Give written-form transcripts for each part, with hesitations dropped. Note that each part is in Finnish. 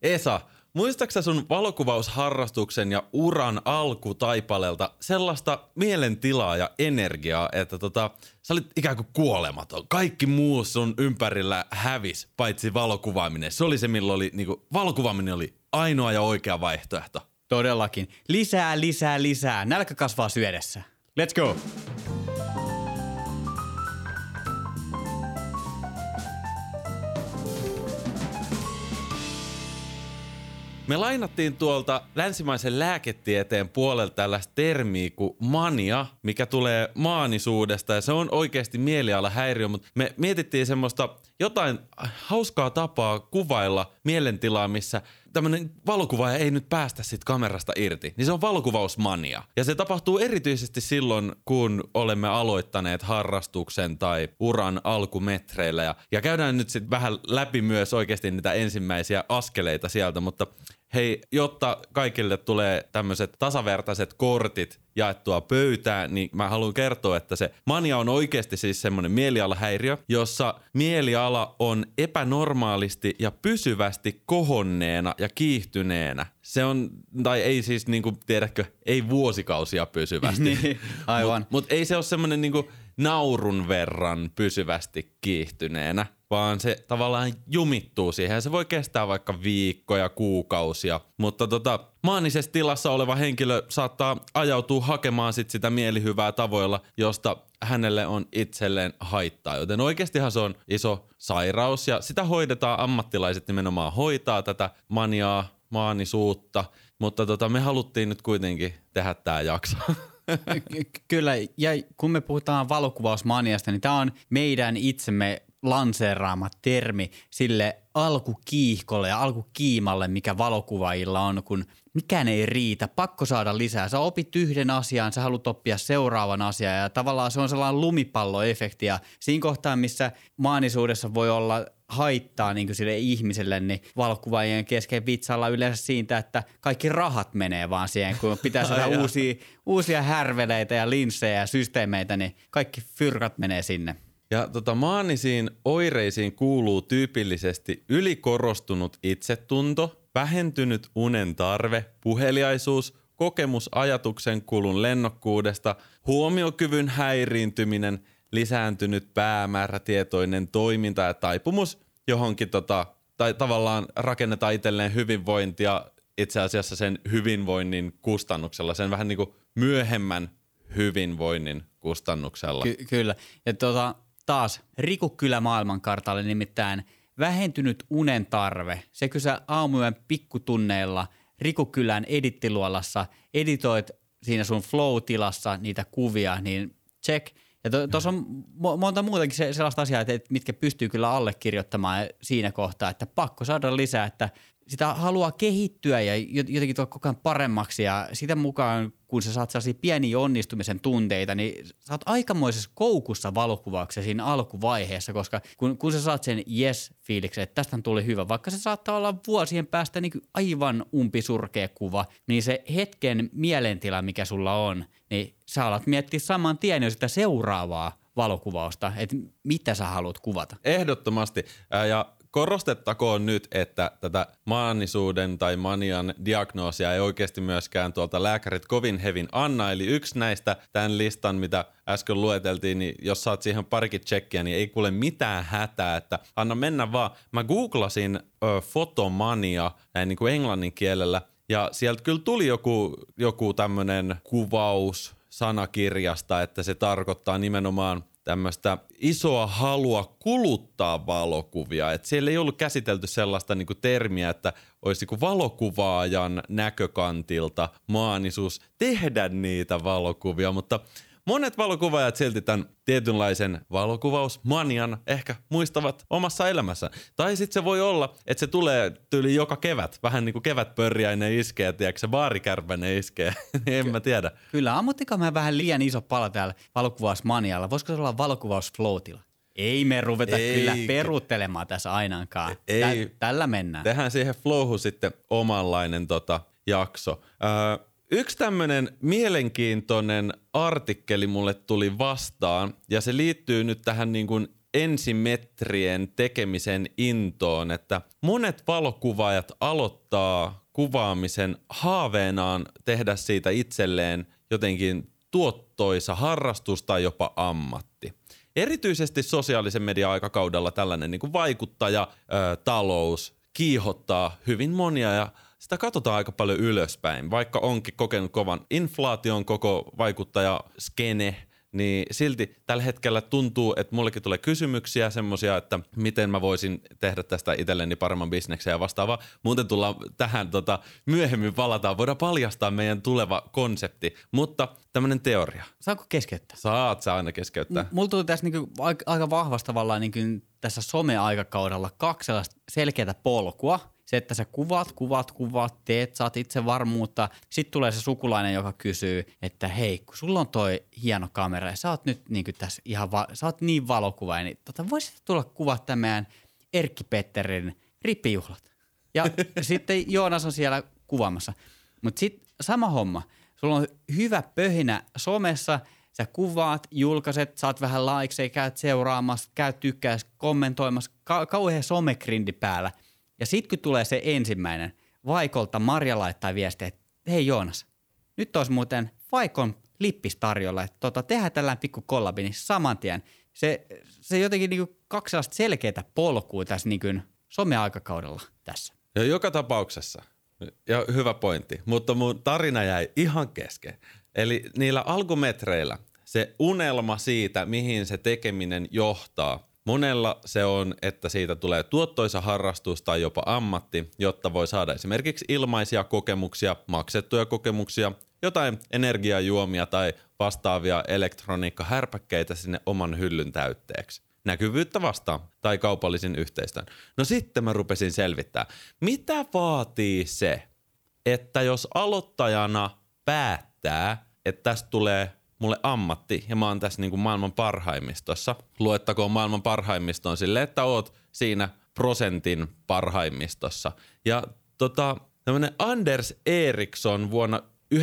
Esa, muistaaksä sun valokuvausharrastuksen ja uran alkutaipaleelta sellaista mielentilaa ja energiaa, että sä olit ikään kuin kuolematon. Kaikki muu sun ympärillä hävis, paitsi valokuvaaminen. Se oli se, milloin oli, valokuvaaminen oli ainoa ja oikea vaihtoehto. Todellakin. Lisää. Nälkä kasvaa syödessä. Let's go! Me lainattiin tuolta länsimaisen lääketieteen puolelta tällaista termiä kuin mania, mikä tulee maanisuudesta ja se on oikeasti mielialahäiriö, mutta me mietittiin semmoista jotain hauskaa tapaa kuvailla mielentilaa, missä tämmöinen valokuvaaja ei nyt päästä siitä kamerasta irti, niin se on valokuvausmania. Ja se tapahtuu erityisesti silloin, kun olemme aloittaneet harrastuksen tai uran alkumetreillä ja käydään nyt sitten vähän läpi myös oikeasti niitä ensimmäisiä askeleita sieltä, mutta hei, jotta kaikille tulee tämmöiset tasavertaiset kortit jaettua pöytään, niin mä haluan kertoa, että se mania on oikeasti siis semmoinen mielialahäiriö, jossa mieliala on epänormaalisti ja pysyvästi kohonneena ja kiihtyneenä. Se on, tai ei siis niinku, tiedätkö, ei vuosikausia pysyvästi. Niin, aivan. Mut ei se ole semmoinen niinku naurun verran pysyvästi kiihtyneenä, vaan se tavallaan jumittuu siihen. Se voi kestää vaikka viikkoja, kuukausia, mutta maanisessa tilassa oleva henkilö saattaa ajautua hakemaan sitä mielihyvää tavoilla, josta hänelle on itselleen haittaa. Joten oikeastihan se on iso sairaus ja sitä hoidetaan, ammattilaiset nimenomaan hoitaa tätä maniaa, maanisuutta, mutta me haluttiin nyt kuitenkin tehdä tää jakso. Kyllä, ja kun me puhutaan valokuvausmaniasta, niin tämä on meidän itsemme lanseeraama termi sille alkukiihkolle ja alkukiimalle, mikä valokuvaajilla on, kun mikään ei riitä, pakko saada lisää. Sä opit yhden asian, sä haluat oppia seuraavan asian ja tavallaan se on sellainen lumipalloefekti ja siinä kohtaa, missä maanisuudessa voi olla haittaa niin kuin sille ihmiselle, niin valokuvaajien kesken vitsailla yleensä siitä, että kaikki rahat menee vaan siihen, kun pitää saada uusia härveleitä ja linssejä ja systeemeitä, niin kaikki fyrkat menee sinne. Ja maanisiin oireisiin kuuluu tyypillisesti ylikorostunut itsetunto, vähentynyt unen tarve, puheliaisuus, kokemus ajatuksen kulun lennokkuudesta, huomiokyvyn häiriintyminen, lisääntynyt päämäärätietoinen toiminta ja taipumus johonkin tai tavallaan rakennetaan itselleen hyvinvointia itse asiassa sen hyvinvoinnin kustannuksella, sen vähän niin kuin myöhemmän hyvinvoinnin kustannuksella. Kyllä. Ja taas Rikukylä maailmankartalle nimittäin vähentynyt unen tarve. Se kun sä aamuyön pikkutunneilla Rikukylän edittiluolassa editoit siinä sun flow-tilassa niitä kuvia, niin check. Ja tuossa on monta muutakin sellaista asiaa, että mitkä pystyy kyllä allekirjoittamaan siinä kohtaa, että pakko saada lisää, että sitä haluaa kehittyä ja jotenkin tulla koko ajan paremmaksi ja sitä mukaan, kun sä saat sellaisia pieniä onnistumisen tunteita, niin sä oot aikamoisessa koukussa valokuvauksessa siinä alkuvaiheessa, koska kun sä saat sen yes-fiiliksen, että tästä tuli hyvä, vaikka se saattaa olla vuosien päästä niin aivan umpisurkea kuva, niin se hetken mielentila, mikä sulla on, niin sä alat miettiä saman tien jo sitä seuraavaa valokuvausta, että mitä sä haluat kuvata. Ehdottomasti. Ja korostettakoon nyt, että tätä maanisuuden tai manian diagnoosia ei oikeasti myöskään tuolta lääkärit kovin hevin anna. Eli yksi näistä tämän listan, mitä äsken lueteltiin, niin jos saat siihen parikin tsekkiä, niin ei kuule mitään hätää, että anna mennä vaan. Mä googlasin fotomania näin niin kuin englannin kielellä ja sieltä kyllä tuli joku tämmöinen kuvaus sanakirjasta, että se tarkoittaa nimenomaan tämmöistä isoa halua kuluttaa valokuvia. Et siellä ei ollut käsitelty sellaista niinku termiä, että olisi niinku valokuvaajan näkökantilta maanisuus tehdä niitä valokuvia, mutta monet valokuvaajat silti tämän tietynlaisen valokuvausmanian ehkä muistavat omassa elämässä. Tai sitten se voi olla, että se tulee tyyli joka kevät. Vähän niin kuin kevätpörjäinen iskee, tiedätkö se baarikärpäinen iskee. En mä tiedä. Kyllä, ammuttiko mä vähän liian iso pala täällä valokuvausmanialla? Voisiko se olla valokuvausfloatilla? Ei me ruveta kyllä peruuttelemaan tässä ainakaan. Tällä mennään. Tehdään siihen flowhun sitten omanlainen jakso. Yksi tämmöinen mielenkiintoinen artikkeli mulle tuli vastaan ja se liittyy nyt tähän niin kuin ensimetrien tekemisen intoon, että monet valokuvaajat aloittaa kuvaamisen haaveenaan tehdä siitä itselleen jotenkin tuottoisa harrastus tai jopa ammatti. Erityisesti sosiaalisen median aikakaudella tällainen niin kuin vaikuttaja, talous kiihottaa hyvin monia ja sitä katsotaan aika paljon ylöspäin. Vaikka onkin kokenut kovan inflaation koko vaikuttajaskene, niin silti tällä hetkellä tuntuu, että mullekin tulee kysymyksiä semmoisia, että miten mä voisin tehdä tästä itselleni paremman bisneksen ja vastaavaa. Muuten tullaan tähän myöhemmin palataan. Voidaan paljastaa meidän tuleva konsepti, mutta tämmöinen teoria. Saanko keskeyttää? Saat aina keskeyttää. Mulla tuli tässä niinku aika vahvasta tavallaan niinku tässä some-aikakaudella 2 sellaista selkeää polkua. Se, että sä kuvaat, teet, saat itse varmuutta. Sitten tulee se sukulainen, joka kysyy, että hei, kun sulla on toi hieno kamera ja sä oot nyt niinku tässä sä oot niin valokuvainen, niin voisit tulla kuvaa tämän meidän Erkki Petterin rippijuhlat. Ja sitten Joonas on siellä kuvaamassa. Mutta sitten sama homma. Sulla on hyvä pöhinä somessa, sä kuvaat, julkaiset, saat vähän likeseja, käyt seuraamassa, käyt tykkäys, kommentoimassa, kauhean somegrindi päällä. Ja sit kun tulee se ensimmäinen, Vaikolta Marja laittaa viestiä, että hei Joonas, nyt olisi muuten Vaikon lippis tarjolla, että tehdään tällainen pikku kollabi, niin saman tien. Se jotenkin niinku 2 sellaista selkeää polkua tässä niinku some-aikakaudella tässä. Ja joka tapauksessa, ja hyvä pointti, mutta mun tarina jäi ihan kesken. Eli niillä alkumetreillä se unelma siitä, mihin se tekeminen johtaa, monella se on, että siitä tulee tuottoisa harrastus tai jopa ammatti, jotta voi saada esimerkiksi ilmaisia kokemuksia, maksettuja kokemuksia, jotain energiajuomia tai vastaavia elektroniikkahärpäkkeitä sinne oman hyllyn täytteeksi. Näkyvyyttä vastaan tai kaupallisen yhteistyön. No sitten mä rupesin selvittää, mitä vaatii se, että jos aloittajana päättää, että tästä tulee mulle ammatti ja mä oon tässä niinku maailman parhaimmistossa. Luettakoon maailman parhaimmistoon silleen, että oot siinä prosentin parhaimmistossa. Ja tämmönen Anders Ericsson vuonna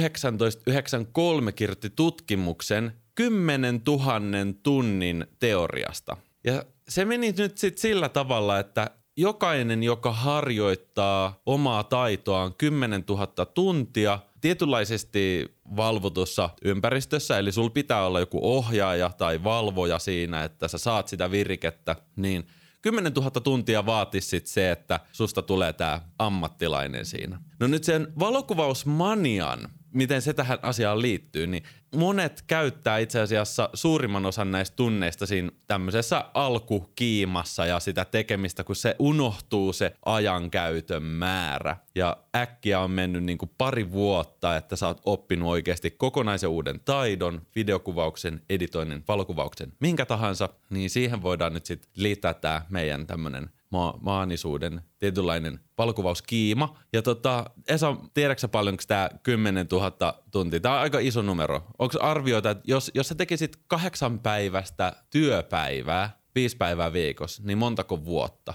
1993 kirjoitti tutkimuksen 10 000 tunnin teoriasta. Ja se meni nyt sit sillä tavalla, että jokainen, joka harjoittaa omaa taitoaan 10 000 tuntia tietynlaisesti valvotussa ympäristössä, eli sul pitää olla joku ohjaaja tai valvoja siinä, että sä saat sitä virikettä, niin 10 000 tuntia vaatisi sit se, että susta tulee tää ammattilainen siinä. No nyt sen valokuvausmanian, miten se tähän asiaan liittyy, niin monet käyttää itse asiassa suurimman osan näistä tunneista siinä tämmöisessä alkukiimassa ja sitä tekemistä, kun se unohtuu se ajankäytön määrä. Ja äkkiä on mennyt niin kuin 2 vuotta, että sä oot oppinut oikeasti kokonaisen uuden taidon, videokuvauksen, editoinnin, valokuvauksen, minkä tahansa, niin siihen voidaan nyt sitten liittää tää meidän tämmönen maanisuuden tietynlainen valokuvauskiima. Ja Esa, tiedätkö paljonko tämä 10 000 tuntia? Tämä on aika iso numero. Onko arvioita, että jos sä tekisit 8 päivästä työpäivää, 5 päivää viikossa, niin montako vuotta?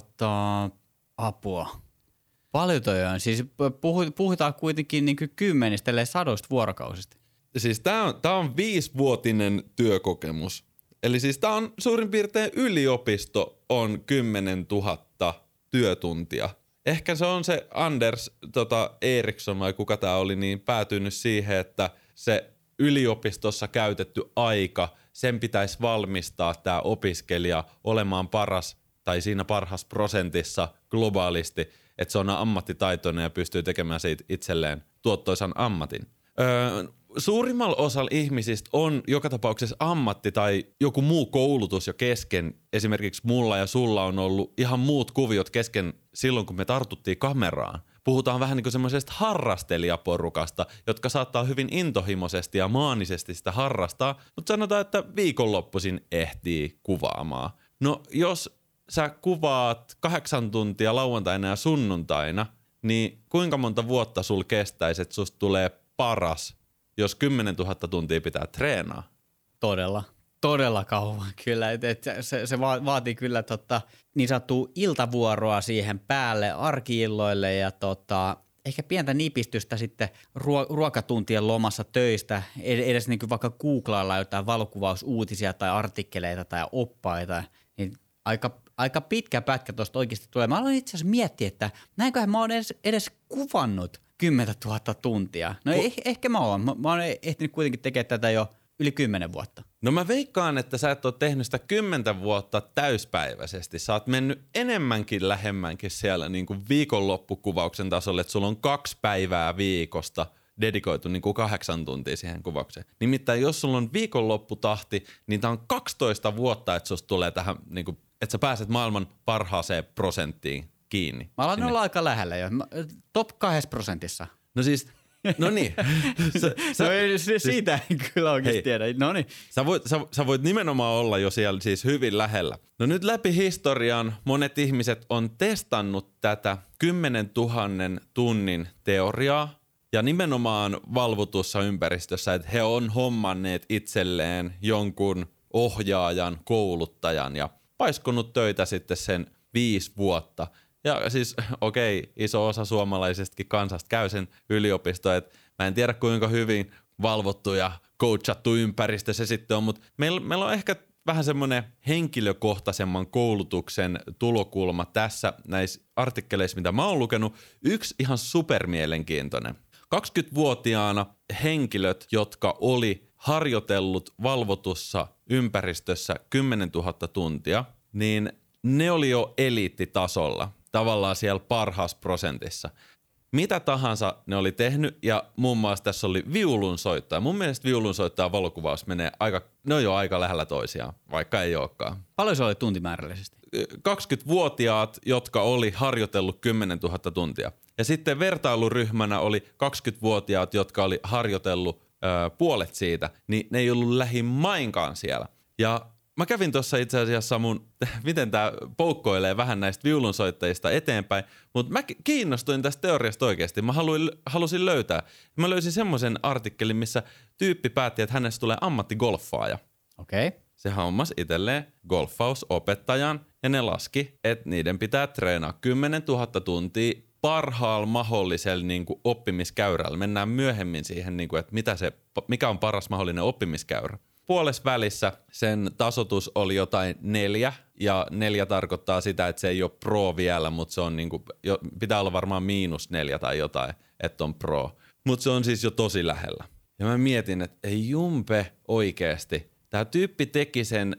Apua. Paljon toi on. Siis puhutaan kuitenkin niin 10, ellei 100 vuorokausista. Siis tää on 5-vuotinen työkokemus. Eli siis tää on suurin piirtein yliopisto on 10 000 työtuntia. Ehkä se on se Anders Ericsson vai kuka tää oli, niin päätynyt siihen, että se yliopistossa käytetty aika, sen pitäisi valmistaa tää opiskelija olemaan paras tai siinä parhaassa prosentissa globaalisti, että se on ammattitaitoinen ja pystyy tekemään siitä itselleen tuottoisan ammatin. Suurimmalla osalla ihmisistä on joka tapauksessa ammatti tai joku muu koulutus jo kesken. Esimerkiksi mulla ja sulla on ollut ihan muut kuviot kesken silloin, kun me tartuttiin kameraan. Puhutaan vähän niin kuin semmoisesta harrastelijaporukasta, jotka saattaa hyvin intohimoisesti ja maanisesti sitä harrastaa, mutta sanotaan, että viikonloppuisin ehtii kuvaamaan. No jos sä kuvaat 8 tuntia lauantaina ja sunnuntaina, niin kuinka monta vuotta sul kestäisi, että susta tulee paras, jos 10 000 tuntia pitää treenaa? Todella kauan kyllä. Se vaatii kyllä niin sanottua iltavuoroa siihen päälle arki-illoille ja ehkä pientä nipistystä sitten ruokatuntien lomassa töistä, edes niin kuin vaikka googlailla jotain valokuvausuutisia tai artikkeleita tai oppaita. aika pitkä pätkä tuosta oikeasti tulee. Mä aloin itse asiassa miettiä, että näinköhän mä oon edes kuvannut 10 000 tuntia. No ehkä mä oon. Mä oon ehtinyt kuitenkin tekemään tätä jo yli 10 vuotta. No mä veikkaan, että sä et ole tehnyt sitä 10 vuotta täyspäiväisesti. Sä oot mennyt enemmänkin lähemmänkin siellä niin kuin viikonloppukuvauksen tasolle, että sulla on 2 päivää viikosta dedikoitu niin kuin 8 tuntia siihen kuvaukseen. Nimittäin jos sulla on viikonlopputahti, niin tää on 12 vuotta, että susta tulee tähän, niin kuin, että sä pääset maailman parhaaseen prosenttiin kiinni. Mä alan olla aika lähellä jo. Top 2%. No siis, no niin. Siitä en kyllä oikeasti tiedä. No niin. Sä voit nimenomaan olla jo siellä siis hyvin lähellä. No nyt läpi historian monet ihmiset on testannut tätä 10 000 tunnin teoriaa ja nimenomaan valvotussa ympäristössä, että he on hommanneet itselleen jonkun ohjaajan, kouluttajan ja paiskonut töitä sitten sen 5 vuotta. Ja siis okei, iso osa suomalaisestakin kansasta käy sen yliopistoon, että mä en tiedä kuinka hyvin valvottu ja coachattu ympäristö se sitten on, mutta meillä on ehkä vähän semmoinen henkilökohtaisemman koulutuksen tulokulma tässä näissä artikkeleissa, mitä mä oon lukenut. Yksi ihan supermielenkiintoinen. 20-vuotiaana henkilöt, jotka oli harjoitellut valvotussa ympäristössä 10 000 tuntia, niin ne oli jo eliittitasolla, tavallaan siellä parhaassa prosentissa. Mitä tahansa ne oli tehnyt ja muun muassa tässä oli viulunsoittaja. Mun mielestä viulunsoittaja valokuvaus menee ne on jo aika lähellä toisiaan, vaikka ei olekaan. Paljon se oli tuntimäärällisesti? 20-vuotiaat, jotka oli harjoitellut 10 000 tuntia. Ja sitten vertailuryhmänä oli 20-vuotiaat, jotka oli harjoitellut puolet siitä, niin ne ei ollut lähimainkaan siellä. Ja mä kävin tuossa itse asiassa miten tää poukkoilee vähän näistä viulunsoittajista eteenpäin, mutta mä kiinnostuin tästä teoriasta oikeasti. Mä halusin löytää. Mä löysin semmoisen artikkelin, missä tyyppi päätti, että hänestä tulee ammattigolfaaja. Okei. Okay. Se hommasi itselleen golfausopettajan ja ne laski, että niiden pitää treenaa 10 000 tuntia parhaalla mahdollisella niin kuin oppimiskäyrällä. Mennään myöhemmin siihen, niin kuin, että mikä on paras mahdollinen oppimiskäyrä. Puolessa välissä sen tasoitus oli jotain 4 ja 4 tarkoittaa sitä, että se ei ole pro vielä, mutta se on niin kuin, pitää olla varmaan -4 tai jotain, että on pro. Mutta se on siis jo tosi lähellä. Ja mä mietin, että ei jumpe oikeasti. Tämä tyyppi teki sen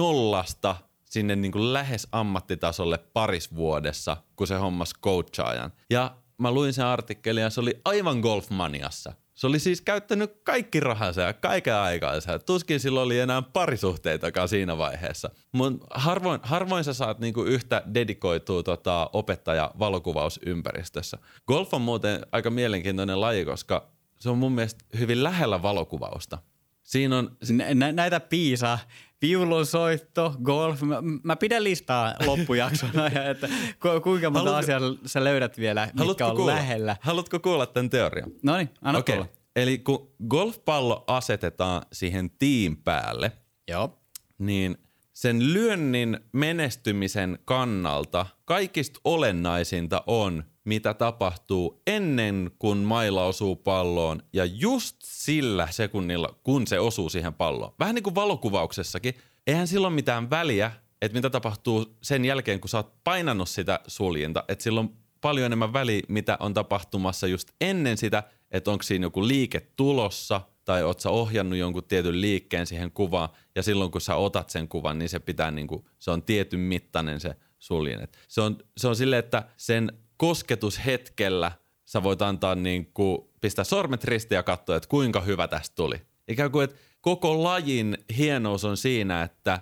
0 sinne niin kuin lähes ammattitasolle paris vuodessa, kun se hommas coachaajan. Ja mä luin sen artikkelin ja se oli aivan golfmaniassa. Se oli siis käyttänyt kaikki rahansa ja kaiken aikaansa. Tuskin sillä oli enää parisuhteitakaan siinä vaiheessa. Mutta harvoin sä saat niinku yhtä dedikoitua opettaja valokuvausympäristössä. Golf on muuten aika mielenkiintoinen laji, koska se on mun mielestä hyvin lähellä valokuvausta. Siinä on näitä piisaa. Viulunsoitto, golf. Mä pidän listaa loppujaksona, että kuinka monta asiaa sä löydät vielä, mitkä on lähellä. Haluatko kuulla tämän teorian? No niin, anna kuulla. Eli kun golfpallo asetetaan siihen tiin päälle, joo, niin sen lyönnin menestymisen kannalta kaikista olennaisinta on, mitä tapahtuu ennen kuin maila osuu palloon ja just sillä sekunnilla, kun se osuu siihen palloon. Vähän niin kuin valokuvauksessakin. Eihän silloin mitään väliä, että mitä tapahtuu sen jälkeen, kun sä oot painanut sitä suljinta. Että silloin on paljon enemmän väliä, mitä on tapahtumassa just ennen sitä, että onko siinä joku liike tulossa tai oot sä ohjannut jonkun tietyn liikkeen siihen kuvaan. Ja silloin, kun sä otat sen kuvan, niin se pitää se on tietyn mittainen se suljin. Se on silleen, että sen kosketushetkellä sä voit antaa pistää sormet ristiin ja katsoa, että kuinka hyvä tästä tuli. Ikään kuin, että koko lajin hienous on siinä, että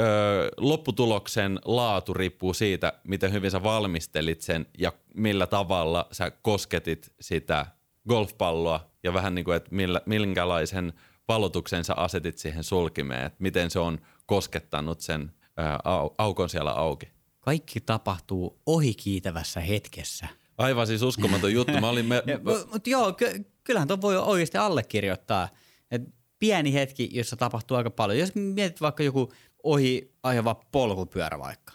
lopputuloksen laatu riippuu siitä, miten hyvin sä valmistelit sen ja millä tavalla sä kosketit sitä golfpalloa ja vähän niin kuin, että minkälaisen valotuksen sä asetit siihen sulkimeen, että miten se on koskettanut sen aukon siellä auki. Kaikki tapahtuu ohikiitävässä hetkessä. Aivan siis uskomaton juttu. Mutta joo, kyllähän tuon voi oikeasti allekirjoittaa. Et pieni hetki, jossa tapahtuu aika paljon. Jos mietit vaikka joku ohi ajava polkupyörä vaikka,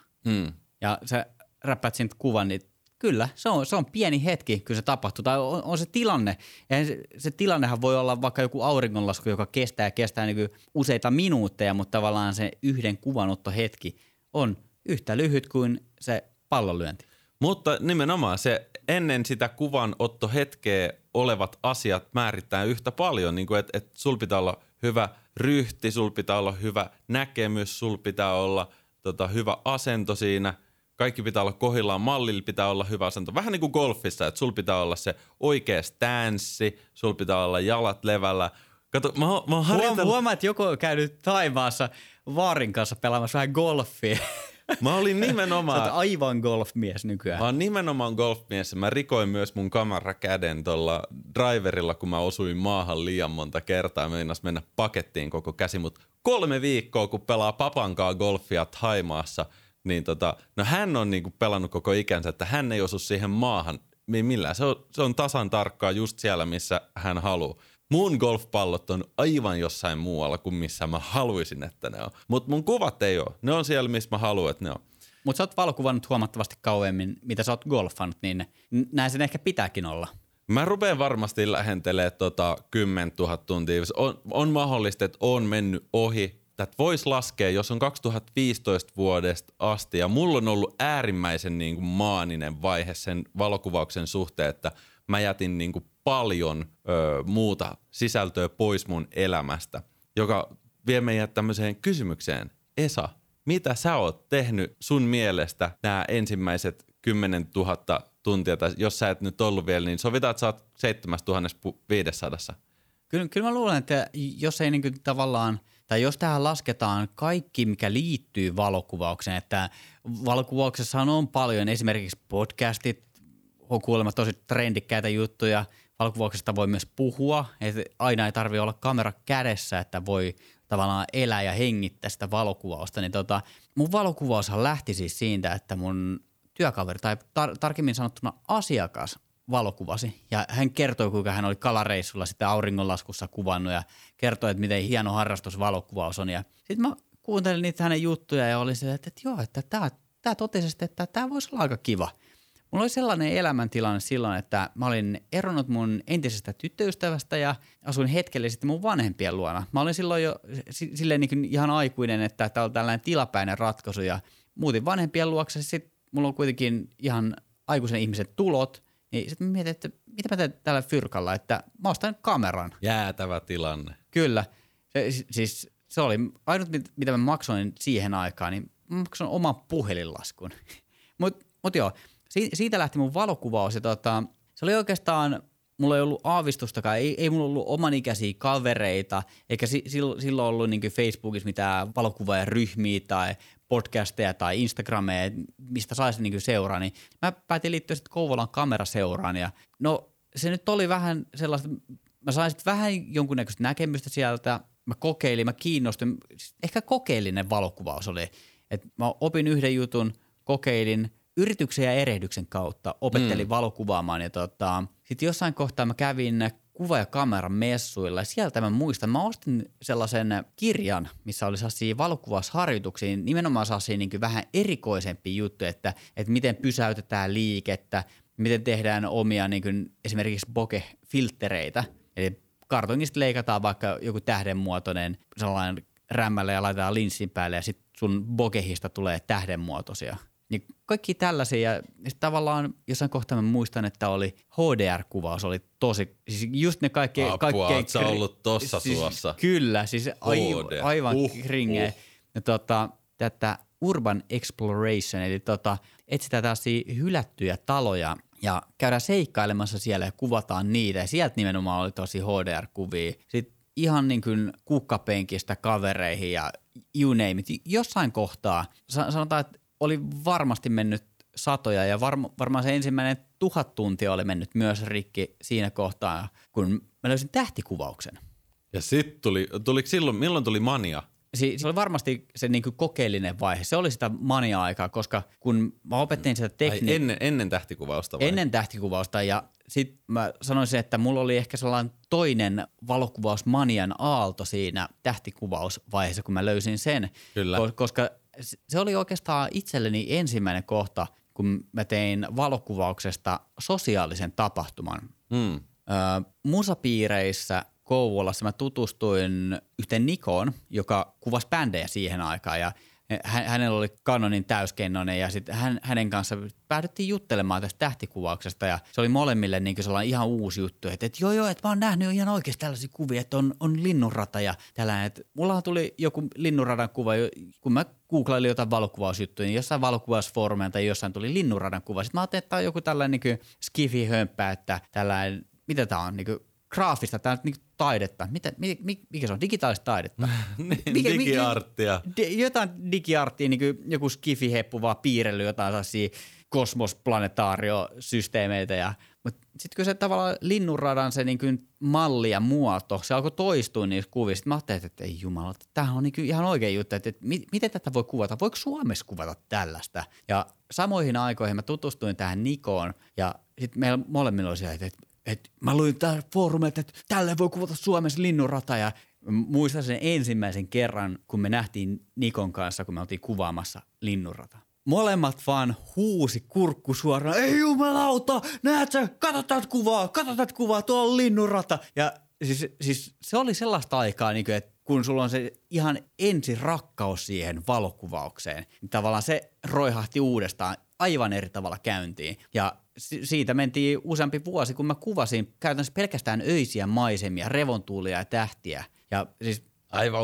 ja sä räppäät siitä kuvan, niin kyllä, se on pieni hetki, kun se tapahtuu. Tai on se tilanne. Ja se tilannehan voi olla vaikka joku auringonlasku, joka kestää niin useita minuutteja, mutta tavallaan se yhden kuvanottohetki on yhtä lyhyt kuin se pallonlyönti. Mutta nimenomaan se ennen sitä kuvanottohetkeä olevat asiat määrittää yhtä paljon, niin kuin että sul pitää olla hyvä ryhti, sul pitää olla hyvä näkemys, sul pitää olla hyvä asento siinä. Kaikki pitää olla kohdillaan, mallilla pitää olla hyvä asento. Vähän niin kuin golfissa, että sul pitää olla se oikea stanssi, sul pitää olla jalat levällä. Kato, mä oon harjoitellut... Huomaa, että joku on käynyt Thaimaassa Vaarin kanssa pelaamassa vähän golfia. Mä olin nimenomaan... Sä oot aivan golfmies nykyään. Mä oon nimenomaan golfmies. Mä rikoin myös mun kamerakäden tuolla driverilla, kun mä osuin maahan liian monta kertaa. Meinas mennä pakettiin koko käsi, mutta 3 viikkoa, kun pelaa papankaa golfia Thaimaassa, niin no hän on niinku pelannut koko ikänsä, että hän ei osu siihen maahan millään. Se on tasan tarkkaa just siellä, missä hän haluaa. Mun golfpallot on aivan jossain muualla kuin missä mä haluaisin, että ne on. Mutta mun kuvat ei ole. Ne on siellä, missä mä haluan, että ne on. Mutta sä oot valokuvannut huomattavasti kauemmin, mitä sä oot golfannut, niin näin sen ehkä pitääkin olla. Mä rupean varmasti lähentelemään 10 000 tuntia. On mahdollista, että on mennyt ohi. Tätä voisi laskea, jos on 2015 vuodesta asti. Ja mulla on ollut äärimmäisen niin kuin maaninen vaihe sen valokuvauksen suhteen, että mä jätin niin kuin paljon muuta sisältöä pois mun elämästä, joka vie meidät tämmöiseen kysymykseen. Esa, mitä sä oot tehnyt sun mielestä nämä ensimmäiset 10 000 tuntia, tai jos sä et nyt ollut vielä, niin sovitaan, että sä oot 7500. Kyllä mä luulen, että jos ei niin kuin tavallaan, tai jos tähän lasketaan kaikki, mikä liittyy valokuvaukseen, että valokuvauksessa on paljon esimerkiksi podcastit, on kuulemma tosi trendikkäitä juttuja. Valokuvauksesta voi myös puhua, että aina ei tarvitse olla kamera kädessä, että voi tavallaan elää ja hengittää sitä valokuvausta. Niin mun valokuvaushan lähti siis siitä, että mun työkaveri tai tarkemmin sanottuna asiakas valokuvasi. Ja hän kertoi, kuinka hän oli kalareissulla sitten auringonlaskussa kuvannut ja kertoi, että miten hieno harrastus valokuvaus on. Ja sitten mä kuuntelin niitä hänen juttuja ja olin se, että joo, että tämä totesi, että tämä voisi olla aika kiva. Mulla oli sellainen elämäntilanne silloin, että mä olin eronnut mun entisestä tyttöystävästä ja asuin hetkellisesti mun vanhempien luona. Mä olin silloin jo silleen niin kuin ihan aikuinen, että tämä oli tällainen tilapäinen ratkaisu ja muutin vanhempien luokse. Sitten mulla on kuitenkin ihan aikuisen ihmisen tulot, niin sitten mä mietin, että mitä mä teen tällä fyrkalla, että mä ostan kameran. Jäätävä tilanne. Kyllä. Se oli ainut, mitä mä maksoin siihen aikaan, niin mä maksoin oman puhelinlaskun. Mut joo. Siitä lähti mun valokuvaus ja se oli oikeastaan, mulla ei ollut aavistustakaan, ei mulla ollut omanikäisiä kavereita, eikä silloin ollut niin kuin Facebookissa mitään valokuvaajaryhmiä tai podcasteja tai Instagrameja, mistä saisi niin kuin seuraa, niin mä päätin liittyä sitten Kouvolan kameraseuraan ja no se nyt oli vähän sellaista, mä sain sitten vähän jonkunnäköistä näkemystä sieltä, mä kokeilin, mä kiinnostuin, ehkä kokeellinen valokuvaus oli, että mä opin yhden jutun, kokeilin, yrityksen ja erehdyksen kautta opettelin valokuvaamaan ja sitten jossain kohtaa mä kävin kuva- ja kameran messuilla ja sieltä mä muistan, mä ostin sellaisen kirjan, missä oli sellaisia valokuvausharjoituksia, nimenomaan sellaisia niin kuin vähän erikoisempia juttuja, että miten pysäytetään liikettä, miten tehdään omia niin kuin esimerkiksi bokeh-filttereitä, eli kartongista leikataan vaikka joku tähdenmuotoinen sellainen rämmälle ja laitetaan linssin päälle ja sitten sun bokehista tulee tähdenmuotoisia. Niin kaikki tällaisia ja tavallaan jossain kohtaa mä muistan, että oli HDR-kuvaus, oli tosi, siis just ne kaikkein... Oot sä ollut tossa suossa. Kyllä, siis aivan kringeä. Ja tätä Urban Exploration, eli etsitään tällaisia hylättyjä taloja ja käydään seikkailemassa siellä ja kuvataan niitä ja sieltä nimenomaan oli tosi HDR-kuvia. Sitten ihan niin kuin kukkapenkistä kavereihin ja you name it. Jossain kohtaa sanotaan, että oli varmasti mennyt satoja ja varmaan se ensimmäinen 1000 tuntia oli mennyt myös rikki siinä kohtaa, kun mä löysin tähtikuvauksen. Ja sitten tuliko silloin, milloin tuli mania? Se oli varmasti se niin kuin kokeellinen vaihe. Se oli sitä mania-aikaa, koska kun mä opettelin sitä tekniikkaa. Ennen tähtikuvausta vai? Ennen tähtikuvausta ja sitten mä sanoisin, että mulla oli ehkä sellainen toinen valokuvausmanian aalto siinä tähtikuvausvaiheessa, kun mä löysin sen. Kyllä. Koska se oli oikeastaan itselleni ensimmäinen kohta, kun mä tein valokuvauksesta sosiaalisen tapahtuman. Musapiireissä Kouvolassa mä tutustuin yhteen Nikoon, joka kuvasi bändejä siihen aikaan ja Hänellä oli Canonin täyskennonen ja sitten hänen kanssa päädyttiin juttelemaan tästä tähtikuvauksesta ja se oli molemmille niin sellainen ihan uusi juttu, että joo, että mä oon nähnyt ihan oikeasti tällaisia kuvia, että on linnunrata ja tällainen, että mullahan tuli joku linnunradan kuva, kun mä googlailin jotain valokuvausjuttuja, niin jossain valokuvausfoorumeilla tai jossain tuli linnunradan kuva. Sitten mä ajattelin, että tämä on joku tällainen niin skifi-hömppä, että tällainen, mitä tämä on, niin kuin graafista, tämä on niin taidetta. Mikä se on? Digitaalista taidetta? Digiarttia. Jotain digiarttia, niin kuin joku skifi-heppu vaan piirrellyt jotain sellaisia kosmosplanetaariosysteemeitä. Mutta sitten kun se tavallaan linnunradan se niin kuin malli ja muoto, se alkoi toistua niissä kuvissa. Sitten mä ajattelin, että ei jumala, tämähän on niin ihan oikein juttu, että miten tätä voi kuvata? Voiko Suomessa kuvata tällaista? Ja samoihin aikoihin mä tutustuin tähän Nikoon ja sitten meillä molemmilla oli siellä, että mä luin täällä foorumilta, että tällä voi kuvata Suomessa linnunrata ja muistan sen ensimmäisen kerran, kun me nähtiin Nikon kanssa, kun me oltiin kuvaamassa linnunrata. Molemmat vaan huusi kurkku suoraan, ei jumalauta, näet sä, katso tätä kuvaa, tuolla on linnunrata. Ja siis se oli sellaista aikaa, niin kuin, että kun sulla on se ihan ensi rakkaus siihen valokuvaukseen, niin tavallaan se roihahti uudestaan aivan eri tavalla käyntiin. Ja siitä mentiin useampi vuosi, kun mä kuvasin käytännössä pelkästään öisiä maisemia, revontuulia ja tähtiä. Ja siis aivan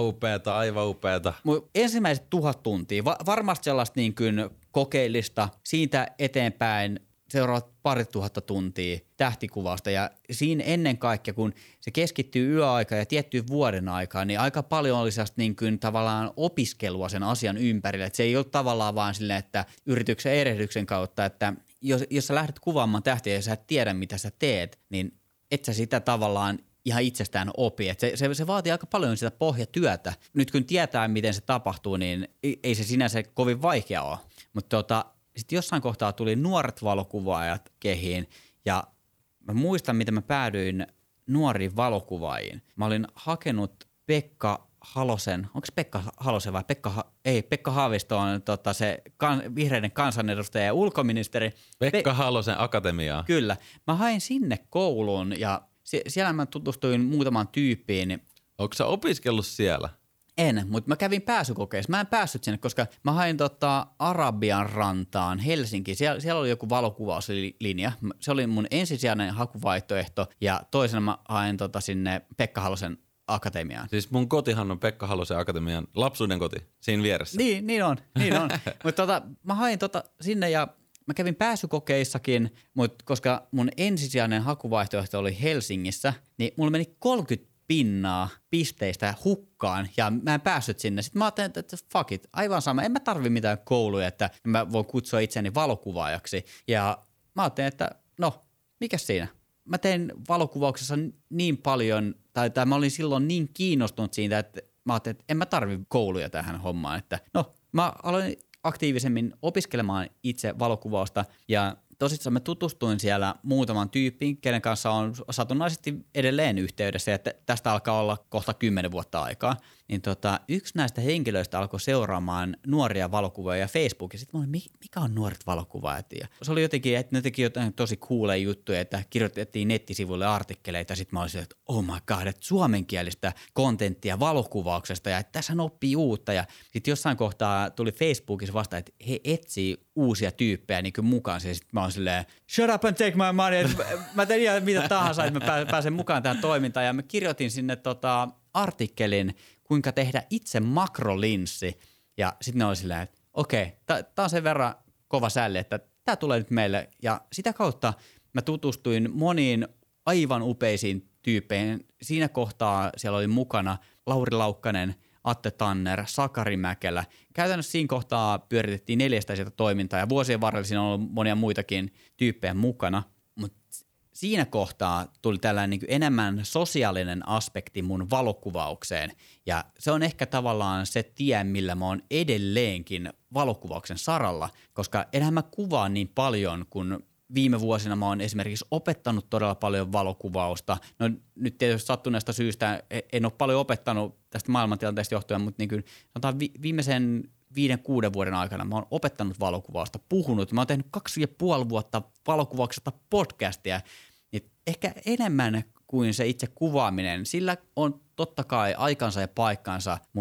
upeata. Mun ensimmäiset 1000 tuntia, varmasti sellaista niin kuin kokeellista, siitä eteenpäin seuraavat 2000 tuntia tähtikuvausta ja siinä ennen kaikkea, kun se keskittyy yöaikaan ja tiettyyn vuoden aikaan, niin aika paljon oli sellaista niin kuin tavallaan opiskelua sen asian ympärillä. Että se ei ole tavallaan vaan silleen, että yrityksen erehdyksen kautta, että jos sä lähdet kuvaamaan tähtiä ja sä et tiedä, mitä sä teet, niin et sä sitä tavallaan ihan itsestään opi. Että se vaatii aika paljon sitä pohjatyötä. Nyt kun tietää, miten se tapahtuu, niin ei se sinänsä kovin vaikea ole. Mutta sitten jossain kohtaa tuli nuoret valokuvaajat kehiin ja mä muistan, miten mä päädyin nuoriin valokuvaajiin. Mä olin hakenut Pekka Halosen, onko Pekka Halosen vai Pekka Haavisto on se vihreiden kansanedustaja ja ulkoministeri. Pekka Halosen akatemiaa. Kyllä. Mä hain sinne kouluun ja siellä mä tutustuin muutamaan tyyppiin. Onko sä opiskellut siellä? En, mutta mä kävin pääsykokeissa. Mä en päässyt sinne, koska mä hain Arabian rantaan Helsinkiin. Siellä oli joku valokuvauslinja. Se oli mun ensisijainen hakuvaihtoehto ja toisena mä hain sinne Pekka Halosen akatemiaan. Siis mun kotihan on Pekka Halosen akatemian lapsuuden koti siinä vieressä. Niin on. Mutta mä hain sinne ja mä kävin pääsykokeissakin, mutta koska mun ensisijainen hakuvaihtoehto oli Helsingissä, niin mulla meni 30 pinnaa pisteistä hukkaan ja mä en päässyt sinne. Sitten mä ajattelin, että fuck it, aivan sama. En mä tarvi mitään kouluja, että mä voin kutsua itseni valokuvaajaksi. Ja mä ajattelin, että no, mikäs siinä? Mä tein valokuvauksessa niin paljon, tai mä olin silloin niin kiinnostunut siitä, että mä ajattelin, että en mä tarvi kouluja tähän hommaan. Että no, mä aloin aktiivisemmin opiskelemaan itse valokuvausta ja tosissaan mä tutustuin siellä muutaman tyyppiin, kenen kanssa on satunnaisesti edelleen yhteydessä, ja tästä alkaa olla kohta 10 vuotta aikaa. Niin yksi näistä henkilöistä alkoi seuraamaan nuoria valokuvaajia Facebookissa. Sitten mä olin, mikä on nuoret valokuvaajat? Ja se oli jotenkin, että ne teki jotain tosi cooleja juttuja, että kirjoitettiin nettisivuille artikkeleita, ja sitten mä olisin, että oh my god, että suomenkielistä kontenttia valokuvauksesta, ja että tässä oppii uutta. Ja sitten jossain kohtaa tuli Facebookissa vasta, että he etsii uusia tyyppejä niin kuin mukaan. Ja sitten mä olin silleen, shut up and take my money, että mä teen ihan mitä tahansa, että mä pääsen mukaan tähän toimintaan. Ja mä kirjoitin sinne artikkelin, kuinka tehdä itse makrolinssi. Ja sitten ne oli silleen, että okei, tää on sen verran kova sälli, että tää tulee nyt meille. Ja sitä kautta mä tutustuin moniin aivan upeisiin tyyppeihin. Siinä kohtaa siellä oli mukana Lauri Laukkanen, Atte Tanner, Sakari Mäkelä. Käytännössä siinä kohtaa pyöritettiin 4 sitä toimintaa ja vuosien varrella siinä on ollut monia muitakin tyyppejä mukana. Mutta siinä kohtaa tuli tällainen niin kuin enemmän sosiaalinen aspekti mun valokuvaukseen ja se on ehkä tavallaan se tie, millä mä oon edelleenkin valokuvauksen saralla, koska enhän mä kuvaa niin paljon, kun viime vuosina mä oon esimerkiksi opettanut todella paljon valokuvausta. No nyt tietysti sattuneesta syystä en ole paljon opettanut tästä maailmantilanteesta johtuen, mutta niin kuin sanotaan viimeisen 5-6 vuoden aikana mä oon opettanut valokuvausta, puhunut. Mä oon tehnyt 2,5 vuotta valokuvauksesta podcastia. Niin ehkä enemmän kuin se itse kuvaaminen, sillä on totta kai aikansa ja paikkansa mun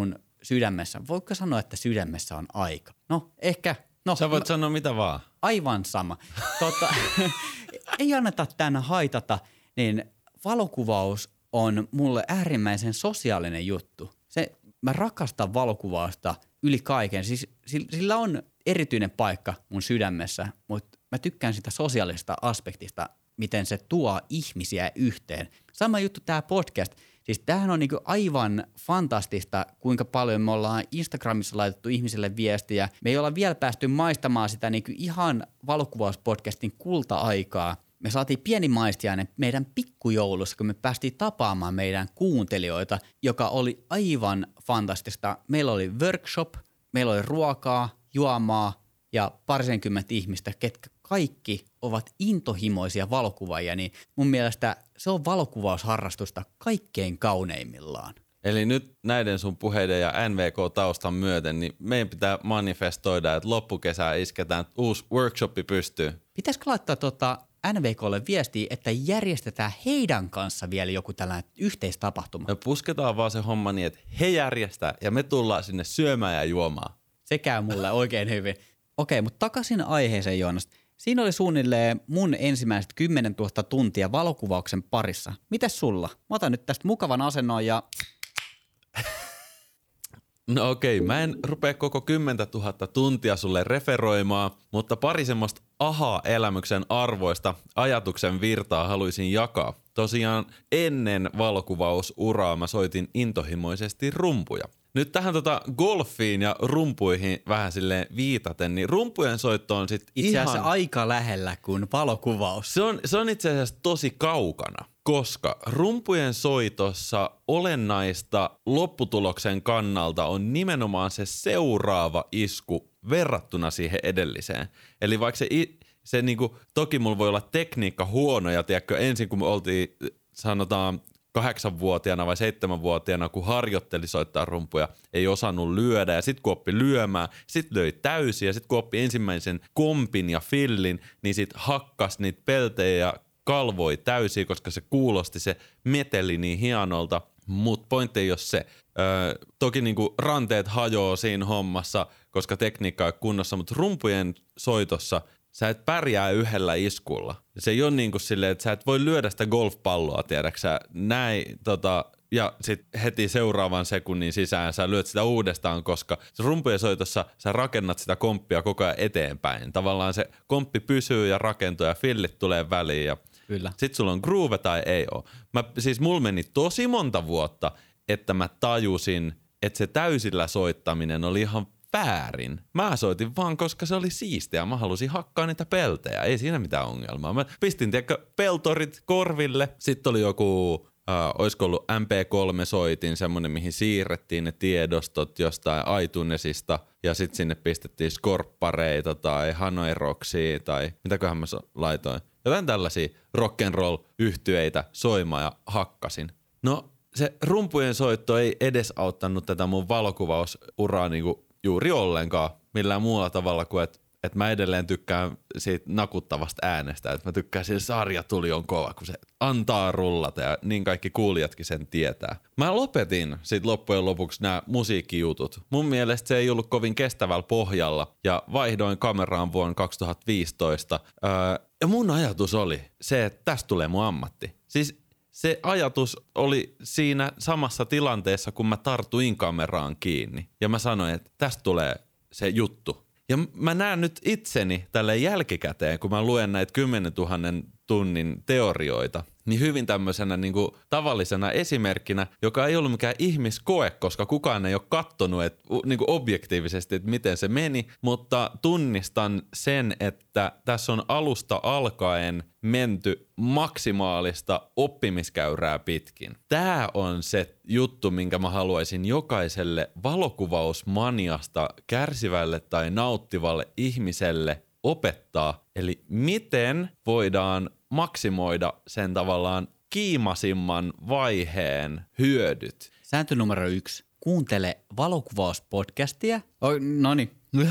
sydämessä. Voitko sanoa, että sydämessä on aika? No, ehkä. No, Sä voit sanoa mitä vaan. Aivan sama. Ei anneta tämän haitata, niin valokuvaus on mulle äärimmäisen sosiaalinen juttu. Mä rakastan valokuvausta yli kaiken. Siis sillä on erityinen paikka mun sydämessä, mutta mä tykkään sitä sosiaalista aspektista, miten se tuo ihmisiä yhteen. Sama juttu tää podcast. Siis tämähän on niinku aivan fantastista, kuinka paljon me ollaan Instagramissa laitettu ihmisille viestiä. Me ei olla vielä päästy maistamaan sitä niinku ihan valokuvauspodcastin kulta-aikaa. Me saatiin pieni maistiainen meidän pikkujoulussa, kun me päästiin tapaamaan meidän kuuntelijoita, joka oli aivan fantastista. Meillä oli workshop, meillä oli ruokaa, juomaa ja parisenkymmentä ihmistä, ketkä kaikki ovat intohimoisia valokuvaajia, niin mun mielestä se on valokuvausharrastusta kaikkein kauneimmillaan. Eli nyt näiden sun puheiden ja NVK-taustan myöten, niin meidän pitää manifestoida, että loppukesää isketään uusi workshopi pystyyn. Pitäisikö laittaa NVKlle viestiä, että järjestetään heidän kanssa vielä joku tällainen yhteistapahtuma? Me pusketaan vaan se homma niin, että he järjestää ja me tullaan sinne syömään ja juomaan. Se käy mulle oikein hyvin. Okei, mutta takaisin aiheeseen, Joonas. Siinä oli suunnilleen mun ensimmäiset 10 000 tuntia valokuvauksen parissa. Mites sulla? Mä otan nyt tästä mukavan asennon ja... No okei, mä en rupea koko 10 000 tuntia sulle referoimaan, mutta pari semmoista aha-elämyksen arvoista ajatuksen virtaa haluaisin jakaa. Tosiaan ennen valokuvausuraa mä soitin intohimoisesti rumpuja. Nyt tähän golfiin ja rumpuihin vähän silleen viitaten, niin rumpujen soitto on sit itse asiassa aika lähellä kuin valokuvaus. Se on itse asiassa tosi kaukana, koska rumpujen soitossa olennaista lopputuloksen kannalta on nimenomaan se seuraava isku verrattuna siihen edelliseen. Eli vaikka se niinku, toki mulla voi olla tekniikka huono ja tiedätkö, ensin kun me oltiin sanotaan 8-vuotiaana vai 7-vuotiaana, kun harjoitteli soittaa rumpuja, ei osannut lyödä ja sitten kun oppi lyömään, sitten löi täysin ja sitten kun oppi ensimmäisen kompin ja fillin, niin sitten hakkas niitä peltejä ja kalvoi täysin, koska se kuulosti se meteli niin hienolta, mutta pointti ei ole se. Toki niinku ranteet hajoaa siinä hommassa, koska tekniikka ei kunnossa, mutta rumpujen soitossa sä et pärjää yhdellä iskulla. Se ei ole niin kuin silleen, että sä et voi lyödä sitä golfpalloa, tiedäksä, näin, ja sitten heti seuraavan sekunnin sisään sä lyöt sitä uudestaan, koska rumpujen soitossa sä rakennat sitä komppia koko ajan eteenpäin. Tavallaan se komppi pysyy ja rakentuu ja fillit tulee väliin ja kyllä. Sit sulla on groove tai ei oo. Siis mulla meni tosi monta vuotta, että mä tajusin, että se täysillä soittaminen oli ihan väärin. Mä soitin vaan, koska se oli siistiä. Mä halusin hakkaa niitä peltejä. Ei siinä mitään ongelmaa. Mä pistin peltorit korville. Sitten oli joku, olisiko ollut MP3-soitin, semmonen mihin siirrettiin ne tiedostot jostain iTunesista. Ja sitten sinne pistettiin skorppareita tai hanoiroksia tai mitäköhän mä laitoin. Jotain tällaisia rock'n'roll-yhtyeitä soimaan ja hakkasin. No se rumpujen soitto ei edesauttanut tätä mun valokuvausuraa niinku juuri ollenkaan millään muulla tavalla kuin, että mä edelleen tykkään siitä nakuttavasta äänestä. Että mä tykkään siinä sarjatuli on kova, kun se antaa rullata ja niin kaikki kuulijatkin sen tietää. Mä lopetin sit loppujen lopuksi nämä musiikkijutut. Mun mielestä se ei ollut kovin kestävällä pohjalla ja vaihdoin kameraan vuonna 2015. Ja mun ajatus oli se, että tästä tulee mun ammatti. Siis se ajatus oli siinä samassa tilanteessa, kun mä tartuin kameraan kiinni. Ja mä sanoin, että tästä tulee se juttu. Ja mä näen nyt itseni tälle jälkikäteen, kun mä luen näitä 10 000 tunnin teorioita, niin hyvin tämmöisenä niin kuin tavallisena esimerkkinä, joka ei ollut mikään ihmiskoe, koska kukaan ei ole kattonut niin kuin objektiivisesti, että miten se meni, mutta tunnistan sen, että tässä on alusta alkaen menty maksimaalista oppimiskäyrää pitkin. Tämä on se juttu, minkä mä haluaisin jokaiselle valokuvausmaniasta kärsivälle tai nauttivalle ihmiselle opettaa. Eli miten voidaan maksimoida sen tavallaan kiimasimman vaiheen hyödyt. Sääntö numero 1. Kuuntele valokuvauspodcastia. Noniin.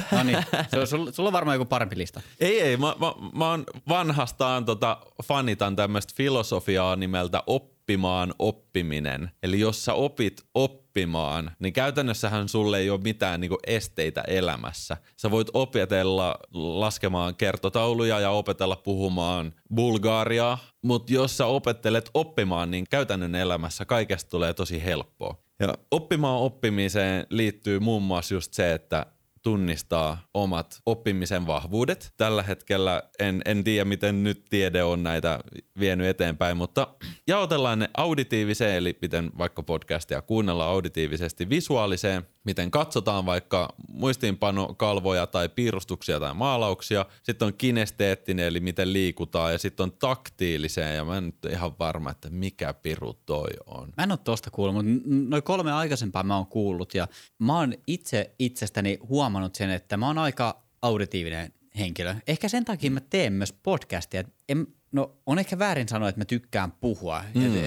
Sulla on varmaan joku parempi lista. Ei. Mä oon vanhastaan fanitan tämmöistä filosofiaa nimeltä oppimaan oppiminen. Eli jos sä opit oppimaan, niin käytännössähän sulle ei ole mitään niinku esteitä elämässä. Sä voit opetella laskemaan kertotauluja ja opetella puhumaan bulgariaa, mutta jos sä opettelet oppimaan, niin käytännön elämässä kaikesta tulee tosi helppoa. Ja oppimaan oppimiseen liittyy muun muassa just se, että tunnistaa omat oppimisen vahvuudet. Tällä hetkellä en tiedä, miten nyt tiede on näitä vienyt eteenpäin, mutta jaotellaan ne auditiiviseen, eli miten vaikka podcastia kuunnellaan auditiivisesti, visuaaliseen, miten katsotaan vaikka muistiinpanokalvoja tai piirustuksia tai maalauksia. Sitten on kinesteettinen, eli miten liikutaan, ja sitten on taktiiliseen, ja mä en nyt ihan varma, että mikä piru toi on. Mä en ole tosta kuullut, mutta noin 3 aikaisempaa mä oon kuullut, ja mä oon itse itsestäni huomannut sen, että mä oon aika auditiivinen henkilö. Ehkä sen takia mä teen myös podcastia. On ehkä väärin sanoa, että mä tykkään puhua.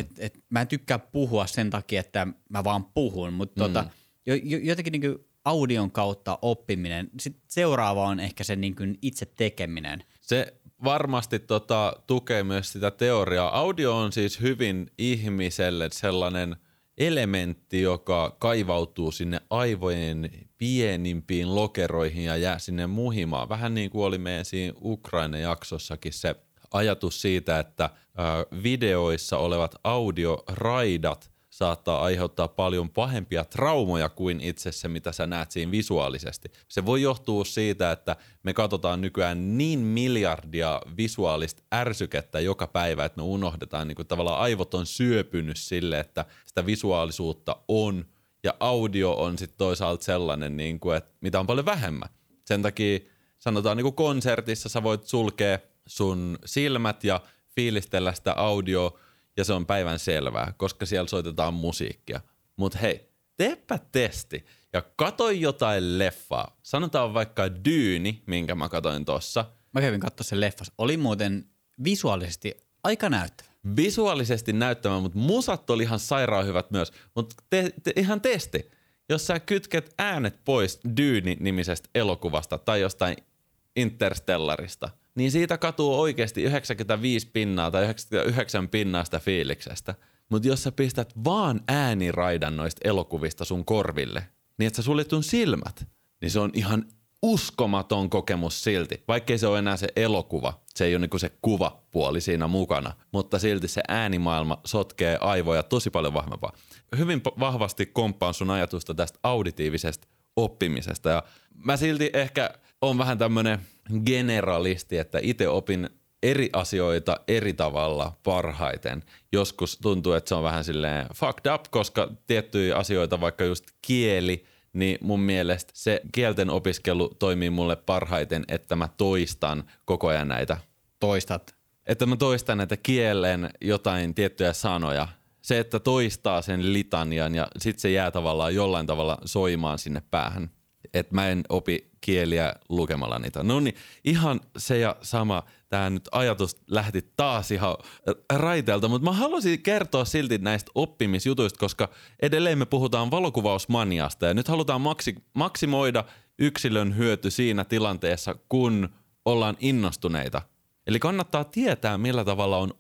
Mä en tykkää puhua sen takia, että mä vaan puhun, mutta jotenkin niin kuin audion kautta oppiminen. Sitten seuraava on ehkä se niin kuin itse tekeminen. Se varmasti tukee myös sitä teoriaa. Audio on siis hyvin ihmiselle sellainen elementti, joka kaivautuu sinne aivojen pienimpiin lokeroihin ja jää sinne muhimaan. Vähän niin kuin oli meidän siinä Ukraina-jaksossakin se ajatus siitä, että videoissa olevat audioraidat saattaa aiheuttaa paljon pahempia traumoja kuin itse se, mitä sä näet siinä visuaalisesti. Se voi johtua siitä, että me katsotaan nykyään niin miljardia visuaalista ärsykettä joka päivä, että me unohdetaan, niin kuin tavallaan aivot on syöpynyt sille, että sitä visuaalisuutta on, ja audio on sitten toisaalta sellainen, niin kuin, että mitä on paljon vähemmän. Sen takia sanotaan niin kuin konsertissa sä voit sulkea sun silmät ja fiilistellä sitä audioa, ja se on päivän selvää, koska siellä soitetaan musiikkia. Mut hei, teepä testi ja katso jotain leffaa. Sanotaan vaikka Dyyni, minkä mä katoin tossa. Mä kävin katsoa sen leffas. Oli muuten visuaalisesti aika näyttävä. Visuaalisesti näyttävä, mutta musat oli ihan sairaan hyvät myös. Mutta ihan testi. Jos sä kytket äänet pois Dyyni-nimisestä elokuvasta tai jostain Interstellarista, niin siitä katuu oikeasti 95 pinnaa tai 99 pinnaa sitä fiiliksestä. Mutta jos sä pistät vaan ääniraidan noista elokuvista sun korville, niin että sä suljet sun silmät, niin se on ihan uskomaton kokemus silti. Vaikkei se ole enää se elokuva, se ei ole niinku se kuvapuoli siinä mukana, mutta silti se äänimaailma sotkee aivoja tosi paljon vahvempaa. Hyvin vahvasti komppaan sun ajatusta tästä auditiivisesta oppimisesta, ja mä silti ehkä on vähän tämmönen generalisti, että itse opin eri asioita eri tavalla parhaiten. Joskus tuntuu, että se on vähän silleen fucked up, koska tiettyjä asioita, vaikka just kieli, niin mun mielestä se kielten opiskelu toimii mulle parhaiten, että mä toistan koko ajan näitä. Toistat? Että mä toistan näitä kielen jotain tiettyjä sanoja. Se, että toistaa sen litanian ja sit se jää tavallaan jollain tavalla soimaan sinne päähän. Että mä en opi kieliä lukemalla niitä. No niin, ihan se ja sama. Tää nyt ajatus lähti taas ihan raiteelta, mutta mä haluaisin kertoa silti näistä oppimisjutuista, koska edelleen me puhutaan valokuvausmaniasta ja nyt halutaan maksimoida yksilön hyöty siinä tilanteessa, kun ollaan innostuneita. Eli kannattaa tietää, millä tavalla on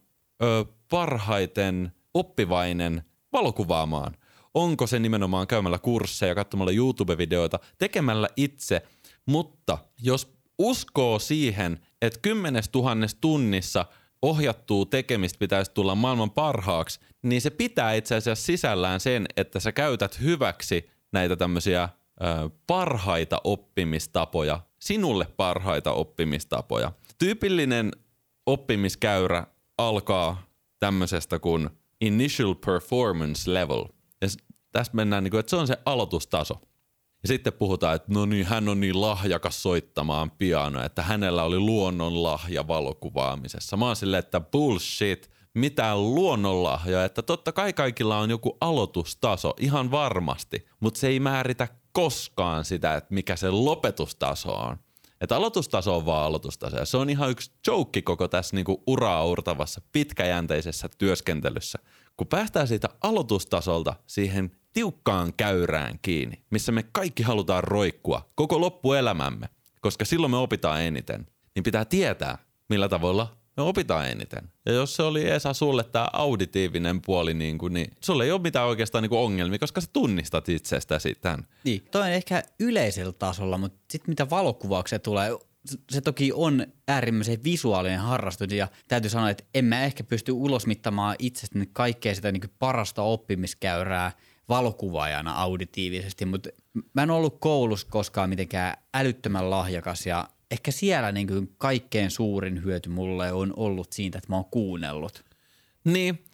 parhaiten oppivainen valokuvaamaan. Onko se nimenomaan käymällä kursseja, katsomalla YouTube-videoita, tekemällä itse, mutta jos uskoo siihen, että 10 000 tunnissa ohjattua tekemistä pitäisi tulla maailman parhaaksi, niin se pitää itse asiassa sisällään sen, että sä käytät hyväksi näitä tämmöisiä parhaita oppimistapoja, sinulle parhaita oppimistapoja. Tyypillinen oppimiskäyrä alkaa tämmöisestä kuin initial performance level. Ja tässä mennään, että se on se aloitustaso. Ja sitten puhutaan, että no niin, hän on niin lahjakas soittamaan pianoa, että hänellä oli luonnonlahja valokuvaamisessa. Mä oon silleen, että bullshit, mitään luonnonlahjaa, että totta kai kaikilla on joku aloitustaso, ihan varmasti, mutta se ei määritä koskaan sitä, että mikä se lopetustaso on. Että aloitustaso on vaan aloitustaso, ja se on ihan yksi joke koko tässä niinku uraa urtavassa pitkäjänteisessä työskentelyssä. Kun päästään siitä aloitustasolta siihen tiukkaan käyrään kiinni, missä me kaikki halutaan roikkua koko loppuelämämme, koska silloin me opitaan eniten, niin pitää tietää, millä tavalla me opitaan eniten. Ja jos se oli Esa sulle tämä auditiivinen puoli, niin sulle ei ole mitään oikeastaan niin kuin ongelmia, koska sä tunnistat itsestäsi tämän. Niin, toi on ehkä yleisellä tasolla, mutta sitten mitä valokuvaukseen tulee, se toki on äärimmäisen visuaalinen harrastus ja täytyy sanoa, että en mä ehkä pysty ulosmittamaan itsestäni kaikkea sitä niin kuin parasta oppimiskäyrää valokuvaajana auditiivisesti, mutta mä en ollut koulussa koskaan mitenkään älyttömän lahjakas ja ehkä siellä niin kuin kaikkein suurin hyöty mulle on ollut siitä, että mä oon kuunnellut. Niin,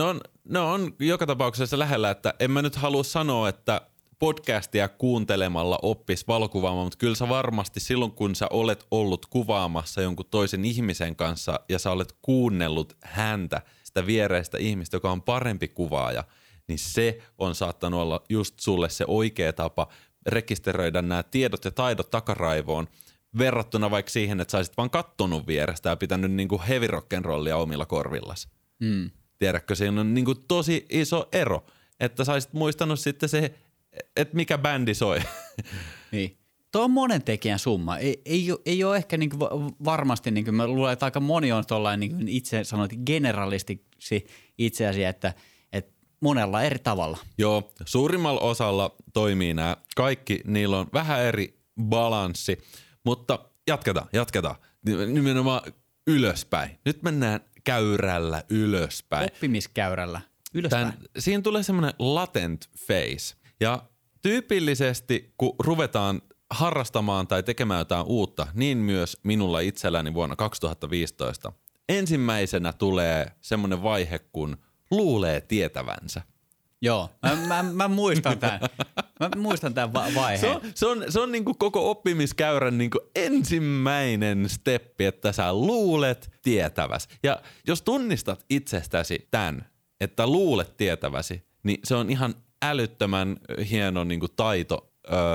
no on joka tapauksessa lähellä, että en mä nyt halua sanoa, että podcastia kuuntelemalla oppis valokuvaamaan, mutta kyllä sä varmasti silloin, kun sä olet ollut kuvaamassa jonkun toisen ihmisen kanssa ja sä olet kuunnellut häntä, sitä viereistä ihmistä, joka on parempi kuvaaja, niin se on saattanut olla just sulle se oikea tapa rekisteröidä nämä tiedot ja taidot takaraivoon verrattuna vaikka siihen, että sä olisit vaan kattonut vierestä ja pitänyt niinku heavy rock'n'rollia omilla korvillasi. Tiedätkö, siinä on niinku tosi iso ero, että sä olisit muistanut sitten se, että mikä bändi soi. Niin. Tuo on monen tekijän summa. Ei ole ehkä niinku varmasti, niinku mä luulen, että aika moni on tuollainen, niin kuin itse sanoit, generalistiksi itse asiassa, että monella eri tavalla. Joo, suurimmalla osalla toimii nämä kaikki. Niillä on vähän eri balanssi, mutta jatketaan. Nimenomaan ylöspäin. Nyt mennään käyrällä ylöspäin. Oppimiskäyrällä ylöspäin. Siinä tulee semmoinen latent phase. Ja tyypillisesti, kun ruvetaan harrastamaan tai tekemään jotain uutta, niin myös minulla itselläni vuonna 2015, ensimmäisenä tulee semmoinen vaihe, kun luulee tietävänsä. Joo, mä muistan tämän. Mä muistan tämän vaiheen. Se on niinku koko oppimiskäyrän niinku ensimmäinen steppi, että sä luulet tietäväsi. Ja jos tunnistat itsestäsi tämän, että luulet tietäväsi, niin se on ihan älyttömän hieno niinku taito,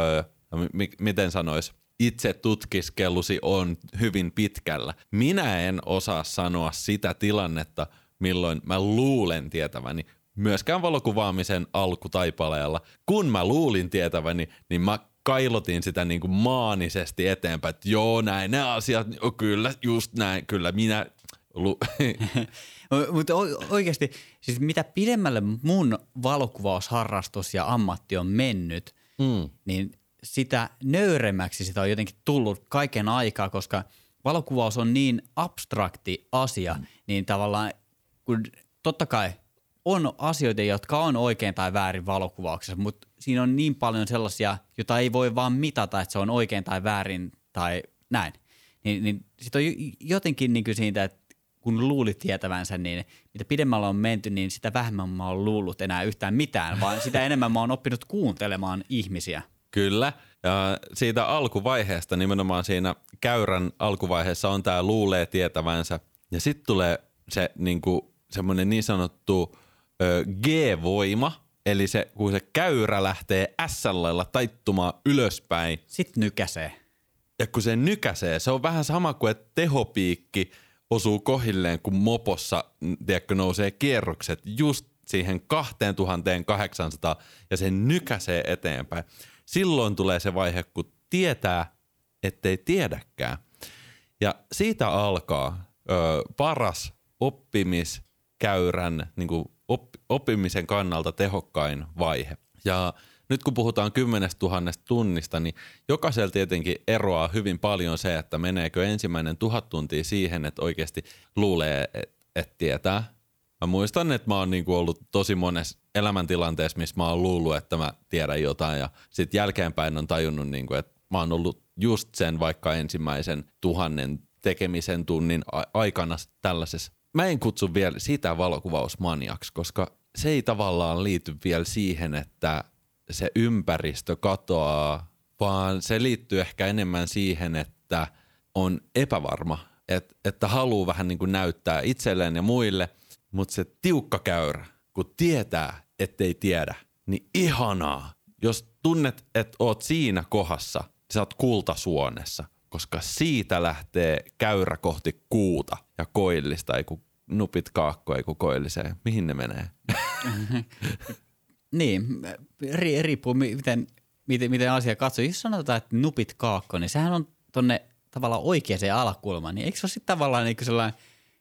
miten sanois, itse tutkiskelusi on hyvin pitkällä. Minä en osaa sanoa sitä tilannetta, milloin mä luulen tietäväni, myöskään valokuvaamisen alkutaipaleella. Kun mä luulin tietäväni, niin mä kailotin sitä niin kuin maanisesti eteenpäin, että joo, näin ne asiat, kyllä, just näin, kyllä minä... Mutta oikeasti, siis mitä pidemmälle mun valokuvausharrastus ja ammatti on mennyt, niin sitä nöyremmäksi sitä on jotenkin tullut kaiken aikaa, koska valokuvaus on niin abstrakti asia, niin tavallaan kun totta kai on asioita, jotka on oikein tai väärin valokuvauksessa, mutta siinä on niin paljon sellaisia, joita ei voi vaan mitata, että se on oikein tai väärin tai näin. Niin sitten on jotenkin niin kuin siitä, että kun luulit tietävänsä, niin mitä pidemmällä on menty, niin sitä vähemmän mä oon luullut enää yhtään mitään, vaan sitä enemmän mä oon oppinut kuuntelemaan ihmisiä. Kyllä. Ja siitä alkuvaiheesta, nimenomaan siinä käyrän alkuvaiheessa on tää luulee tietävänsä. Ja sitten tulee se niinku semmoinen niin sanottu G-voima, eli se, kun se käyrä lähtee S-lailla taittumaan ylöspäin. Sitten nykäsee. Ja kun se nykäsee, se on vähän sama kuin, että tehopiikki osuu kohilleen, kun mopossa, tiedätkö, nousee kierrokset just siihen 2800 ja se nykäsee eteenpäin. Silloin tulee se vaihe, kun tietää, ettei tiedäkään. Ja siitä alkaa paras oppimiskäyrän, niin kuin oppimisen kannalta tehokkain vaihe. Ja nyt kun puhutaan 10 000 tunnista, niin jokaisella tietenkin eroaa hyvin paljon se, että meneekö ensimmäinen 1000 tuntia siihen, että oikeasti luulee, että tietää. Mä muistan, että mä oon niinku ollut tosi monessa elämäntilanteessa, missä mä oon luullut, että mä tiedän jotain ja sitten jälkeenpäin on tajunnut, niinku, että mä oon ollut just sen vaikka ensimmäisen 1000 tekemisen tunnin aikana tällaisessa. Mä en kutsu vielä sitä valokuvausmaniaksi, koska se ei tavallaan liity vielä siihen, että se ympäristö katoaa, vaan se liittyy ehkä enemmän siihen, että on epävarma, että haluaa vähän niin kuin näyttää itselleen ja muille, mutta se tiukka käyrä, kun tietää, ettei tiedä, niin ihanaa. Jos tunnet, että oot siinä kohdassa, sä oot kultasuonessa, koska siitä lähtee käyrä kohti kuuta ja koillista, ei kun nupit kaakko, ei kun koilliseen. Mihin ne menee? Niin, riippuu miten asia katsoo. Jos sanotaan, että nupit kaakko, niin sehän on tonne tavallaan oikeaan alakulmaan. Niin eikö se ole sitten tavallaan niin sellainen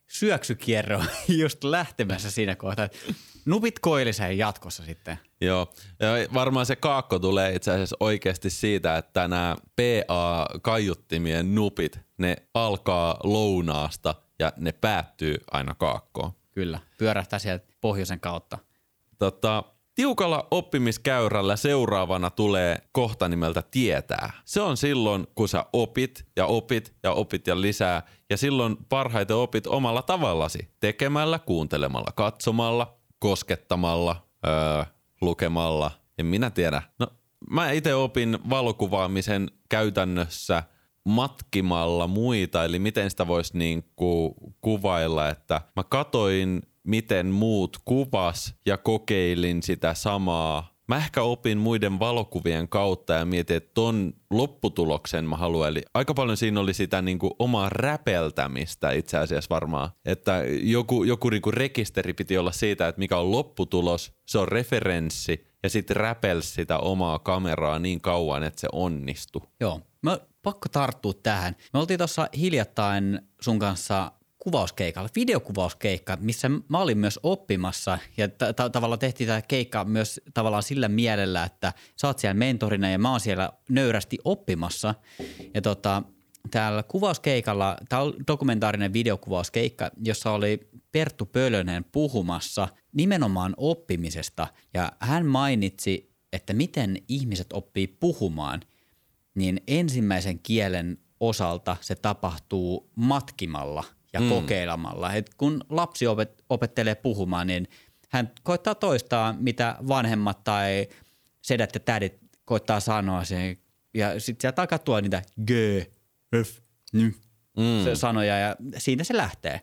syöksykierro on just lähtemässä siinä kohtaa. Nupit koilisee jatkossa sitten. Joo, ja varmaan se kaakko tulee itse asiassa oikeasti siitä, että nämä PA-kaiuttimien nupit, ne alkaa lounaasta ja ne päättyy aina kaakkoon. Kyllä, pyörähtää sieltä pohjoisen kautta. Tiukalla oppimiskäyrällä seuraavana tulee kohta nimeltä tietää. Se on silloin, kun sä opit ja opit ja opit ja lisää. Ja silloin parhaiten opit omalla tavallasi. Tekemällä, kuuntelemalla, katsomalla, koskettamalla, lukemalla. En minä tiedä. No, mä itse opin valokuvaamisen käytännössä matkimalla muita. Eli miten sitä voisi niinku kuvailla, että mä katoin miten muut kuvas ja kokeilin sitä samaa. Mä ehkä opin muiden valokuvien kautta ja mietin, että ton lopputuloksen mä haluan. Eli aika paljon siinä oli sitä niinku omaa räpeltämistä itse asiassa varmaan. Että joku niinku rekisteri piti olla siitä, että mikä on lopputulos, se on referenssi ja sitten räpelsi sitä omaa kameraa niin kauan, että se onnistui. Joo, mä pakko tarttua tähän. Me oltiin tuossa hiljattain sun kanssa kuvauskeikalla, videokuvauskeikka, missä mä olin myös oppimassa ja tavallaan tehtiin tämä keikka myös tavallaan sillä mielellä, että sä oot siellä mentorina ja mä oon siellä nöyrästi oppimassa. Ja täällä kuvauskeikalla, tämä on dokumentaarinen videokuvauskeikka, jossa oli Perttu Pölönen puhumassa nimenomaan oppimisesta ja hän mainitsi, että miten ihmiset oppii puhumaan, niin ensimmäisen kielen osalta se tapahtuu matkimalla ja kokeilemalla. Et kun lapsi opettelee puhumaan, niin hän koittaa toistaa, mitä vanhemmat tai sedät ja tädit koittaa sanoa sen. Ja sitten sieltä alkaa tuoda niitä g, f, ny sanoja ja siitä se lähtee.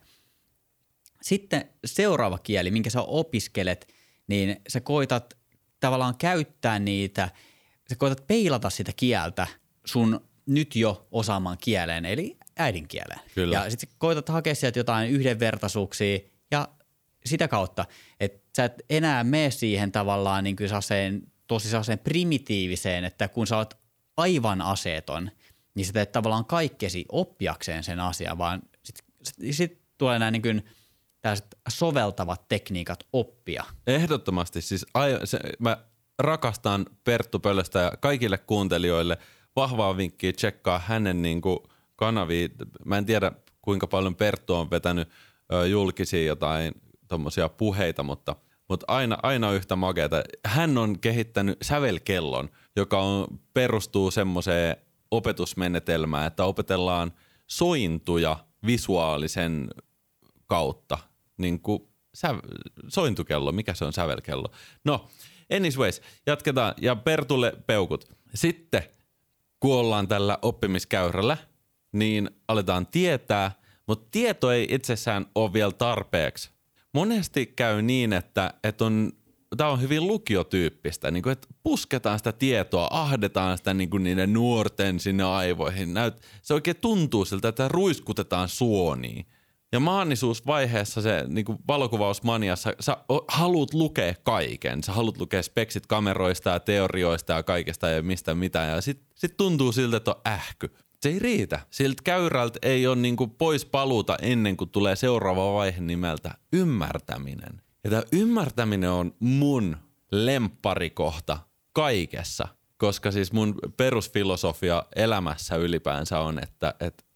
Sitten seuraava kieli, minkä sä opiskelet, niin sä koitat tavallaan käyttää niitä, sä koitat peilata sitä kieltä sun nyt jo osaamaan kieleen, eli äidinkieleen. Kyllä. Ja sitten koitat hakea sieltä jotain yhdenvertaisuuksia ja sitä kautta, että sä et enää mene siihen tavallaan niin kuin tosi primitiiviseen, että kun sä oot aivan aseeton, niin sä teet tavallaan kaikkesi oppiakseen sen asian, vaan sit tulee nämä niin kuin tällaiset soveltavat tekniikat oppia. Ehdottomasti. Siis mä rakastan Perttu Pölöstä ja kaikille kuuntelijoille vahvaa vinkkiä tsekkaa hänen niinku kanavia. Mä en tiedä kuinka paljon Perttu on vetänyt julkisia jotain tommosia puheita, mutta aina yhtä makeata. Hän on kehittänyt sävelkellon, joka perustuu semmoiseen opetusmenetelmään, että opetellaan sointuja visuaalisen kautta. Niin kuin sointukello, mikä se on sävelkello? No, anyways, jatketaan. Ja Pertulle peukut. Sitten, kun ollaan tällä oppimiskäyrällä, niin aletaan tietää, mutta tieto ei itsessään ole vielä tarpeeksi. Monesti käy niin, että tämä on hyvin lukiotyyppistä, niin kuin, että pusketaan sitä tietoa, ahdetaan sitä niin kuin niiden nuorten sinne aivoihin. Se oikein tuntuu siltä, että ruiskutetaan suoniin. Ja maannisuusvaiheessa se niin kuin valokuvausmaniassa, sä haluat lukea kaiken. Sä haluat lukea speksit kameroista ja teorioista ja kaikesta ja mistä mitään. Ja sit tuntuu siltä, että on ähky. Se ei riitä. Siltä käyrältä ei ole niin kuin pois paluuta ennen kuin tulee seuraava vaihe nimeltä ymmärtäminen. Ja tämä ymmärtäminen on mun lempparikohta kaikessa. Koska siis mun perusfilosofia elämässä ylipäänsä on, että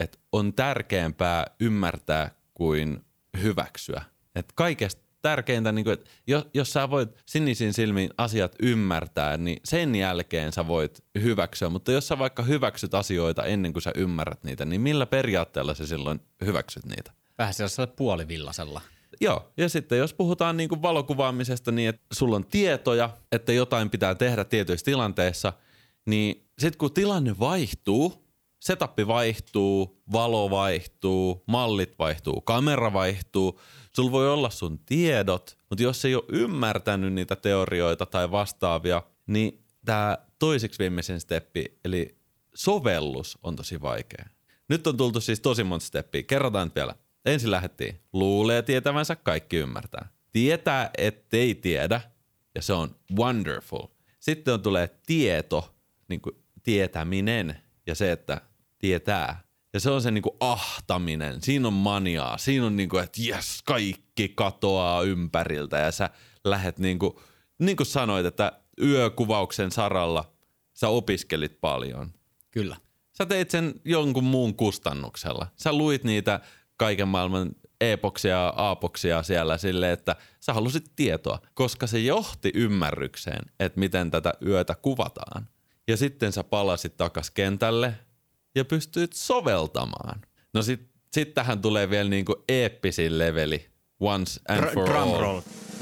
on tärkeämpää ymmärtää kuin hyväksyä. Että kaikesta tärkeintä, niin kuin, että jos sä voit sinisin silmin asiat ymmärtää, niin sen jälkeen sä voit hyväksyä. Mutta jos sä vaikka hyväksyt asioita ennen kuin sä ymmärrät niitä, niin millä periaatteella sä silloin hyväksyt niitä? Vähän sellaisella puolivillasella. Joo, ja sitten jos puhutaan niin kuin valokuvaamisesta niin, että sulla on tietoja, että jotain pitää tehdä tietyissä tilanteissa, niin sitten kun tilanne vaihtuu, setappi vaihtuu, valo vaihtuu, mallit vaihtuu, kamera vaihtuu, sulla voi olla sun tiedot, mutta jos ei ole ymmärtänyt niitä teorioita tai vastaavia, niin tämä toiseksi viimeisen steppi, eli sovellus on tosi vaikea. Nyt on tultu siis tosi monta steppiä, kerrotaan nyt vielä. Ensin lähdettiin. Luulee tietävänsä, kaikki ymmärtää. Tietää, ettei tiedä, ja se on wonderful. Sitten tulee tieto, niin kuin tietäminen, ja se, että tietää. Ja se on se niinku ahtaminen. Siinä on maniaa. Siinä on niinku, että jes, kaikki katoaa ympäriltä. Ja sä lähet niin kuin sanoit, että yökuvauksen saralla sä opiskelit paljon. Kyllä. Sä teit sen jonkun muun kustannuksella. Sä luit niitä kaiken maailman epoksia ja aapoksia siellä silleen, että sä halusit tietoa, koska se johti ymmärrykseen, että miten tätä yötä kuvataan. Ja sitten sä palasit takas kentälle ja pystyit soveltamaan. No sit tähän tulee vielä niinku eeppisin leveli. Once and for all. Roll.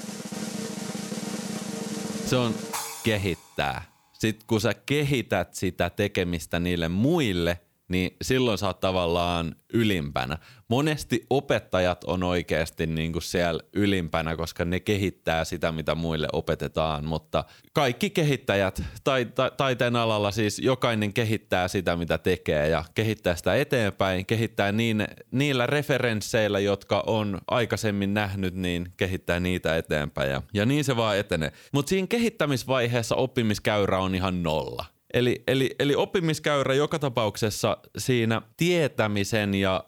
Se on kehittää. Sitten kun sä kehität sitä tekemistä niille muille, niin silloin sä oot tavallaan ylimpänä. Monesti opettajat on oikeasti niinku siellä ylimpänä, koska ne kehittää sitä, mitä muille opetetaan. Mutta kaikki kehittäjät, taiteen alalla siis jokainen kehittää sitä, mitä tekee ja kehittää sitä eteenpäin. Kehittää niillä referensseillä, jotka on aikaisemmin nähnyt, niin kehittää niitä eteenpäin. Ja niin se vaan etenee. Mutta siinä kehittämisvaiheessa oppimiskäyrä on ihan 0. Eli oppimiskäyrä joka tapauksessa siinä tietämisen ja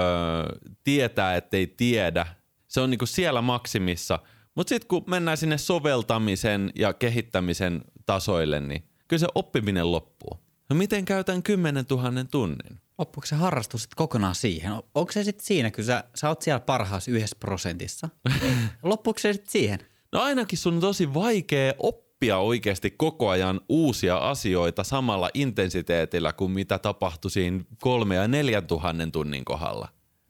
tietää, ettei tiedä, se on niinku siellä maksimissa. Mutta sitten kun mennään sinne soveltamisen ja kehittämisen tasoille, niin kyllä se oppiminen loppuu. No miten käytän 10 000 tunnin? Loppuuko se harrastus sitten kokonaan siihen? Onko se sitten siinä, kun sä oot siellä parhaassa 1%? Loppuuko se sitten siihen? No ainakin sun on tosi vaikea oppia oikeasti koko ajan uusia asioita samalla intensiteetillä kuin mitä tapahtui siinä 3 ja 4 000 tunnin kohdalla.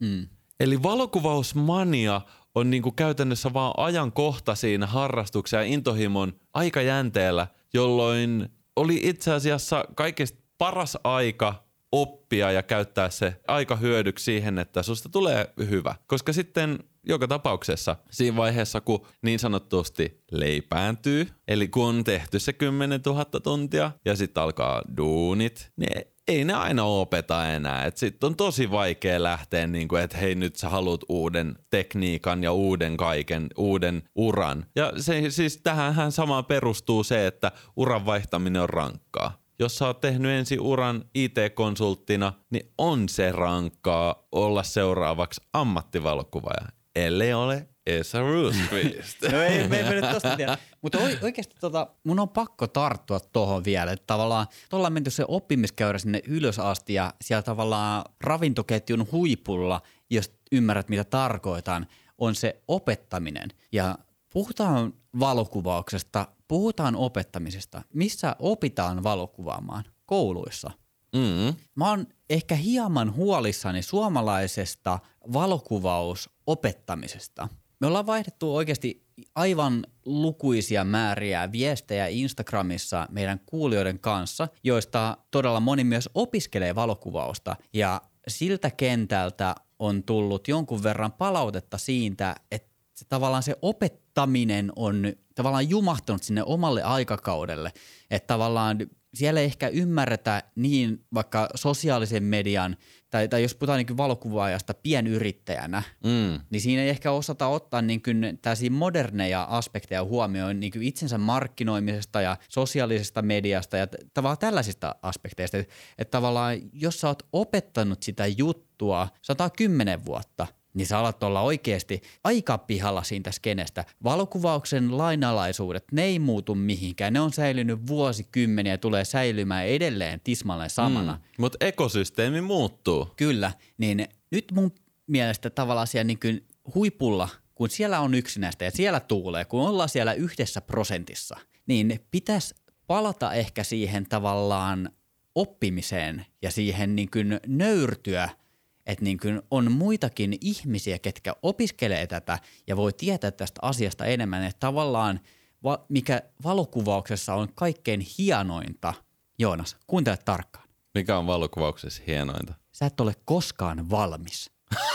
Eli valokuvausmania on niinku käytännössä vaan ajankohta siinä harrastuksen ja intohimon aikajänteellä, jolloin oli itse asiassa kaikista paras aika oppia ja käyttää se aika hyödyksi siihen, että susta tulee hyvä. Koska sitten joka tapauksessa siinä vaiheessa, kun niin sanottusti leipääntyy, eli kun on tehty se 10 000 tuntia ja sitten alkaa duunit, niin ei ne aina opeta enää. Sitten on tosi vaikea lähteä niin kuin, että hei nyt sä haluat uuden tekniikan ja uuden kaiken, uuden uran. Ja se, siis tähänhän samaan perustuu se, että uran vaihtaminen on rankkaa. Jos sä oot tehnyt ensin uran IT-konsulttina, niin on se rankkaa olla seuraavaksi ammattivalokuvaaja, ellei ole Esa Roosquist. No ei nyt tosta tiedä. Mutta oikeasti mun on pakko tarttua tohon vielä, että tavallaan tuolla on menty se oppimiskäyrä sinne ylös asti ja siellä tavallaan ravintoketjun huipulla, jos ymmärrät mitä tarkoitan, on se opettaminen. Ja puhutaan valokuvauksesta, puhutaan opettamisesta. Missä opitaan valokuvaamaan? Kouluissa. Mä oon ehkä hieman huolissani suomalaisesta valokuvausopettamisesta. Me ollaan vaihdettu oikeasti aivan lukuisia määriä viestejä Instagramissa meidän kuulijoiden kanssa, joista todella moni myös opiskelee valokuvausta. Ja siltä kentältä on tullut jonkun verran palautetta siitä, että tavallaan se opettaminen on tavallaan jumahtanut sinne omalle aikakaudelle, että tavallaan siellä ei ehkä ymmärretä niin vaikka sosiaalisen median tai jos puhutaan niin valokuvaajasta pienyrittäjänä, niin siinä ei ehkä osata ottaa niin tällaisia moderneja aspekteja huomioon niin itsensä markkinoimisesta ja sosiaalisesta mediasta ja tavallaan tällaisista aspekteista. Että tavallaan jos sä oot opettanut sitä juttua 110 vuotta, niin sä alat olla oikeasti aika pihalla siitä skenestä. Valokuvauksen lainalaisuudet, ne ei muutu mihinkään. Ne on säilynyt vuosikymmeniä ja tulee säilymään edelleen tismalleen samana. Mutta ekosysteemi muuttuu. Kyllä, niin nyt mun mielestä tavallaan siellä niin kuin huipulla, kun siellä on yksinäistä ja siellä tuulee, kun ollaan siellä 1%, niin pitäisi palata ehkä siihen tavallaan oppimiseen ja siihen niin kuin nöyrtyä, että niin kuin on muitakin ihmisiä, ketkä opiskelee tätä ja voi tietää tästä asiasta enemmän. Että tavallaan mikä valokuvauksessa on kaikkein hienointa, Joonas, kuuntele tarkkaan. Mikä on valokuvauksessa hienointa? Sä et ole koskaan valmis.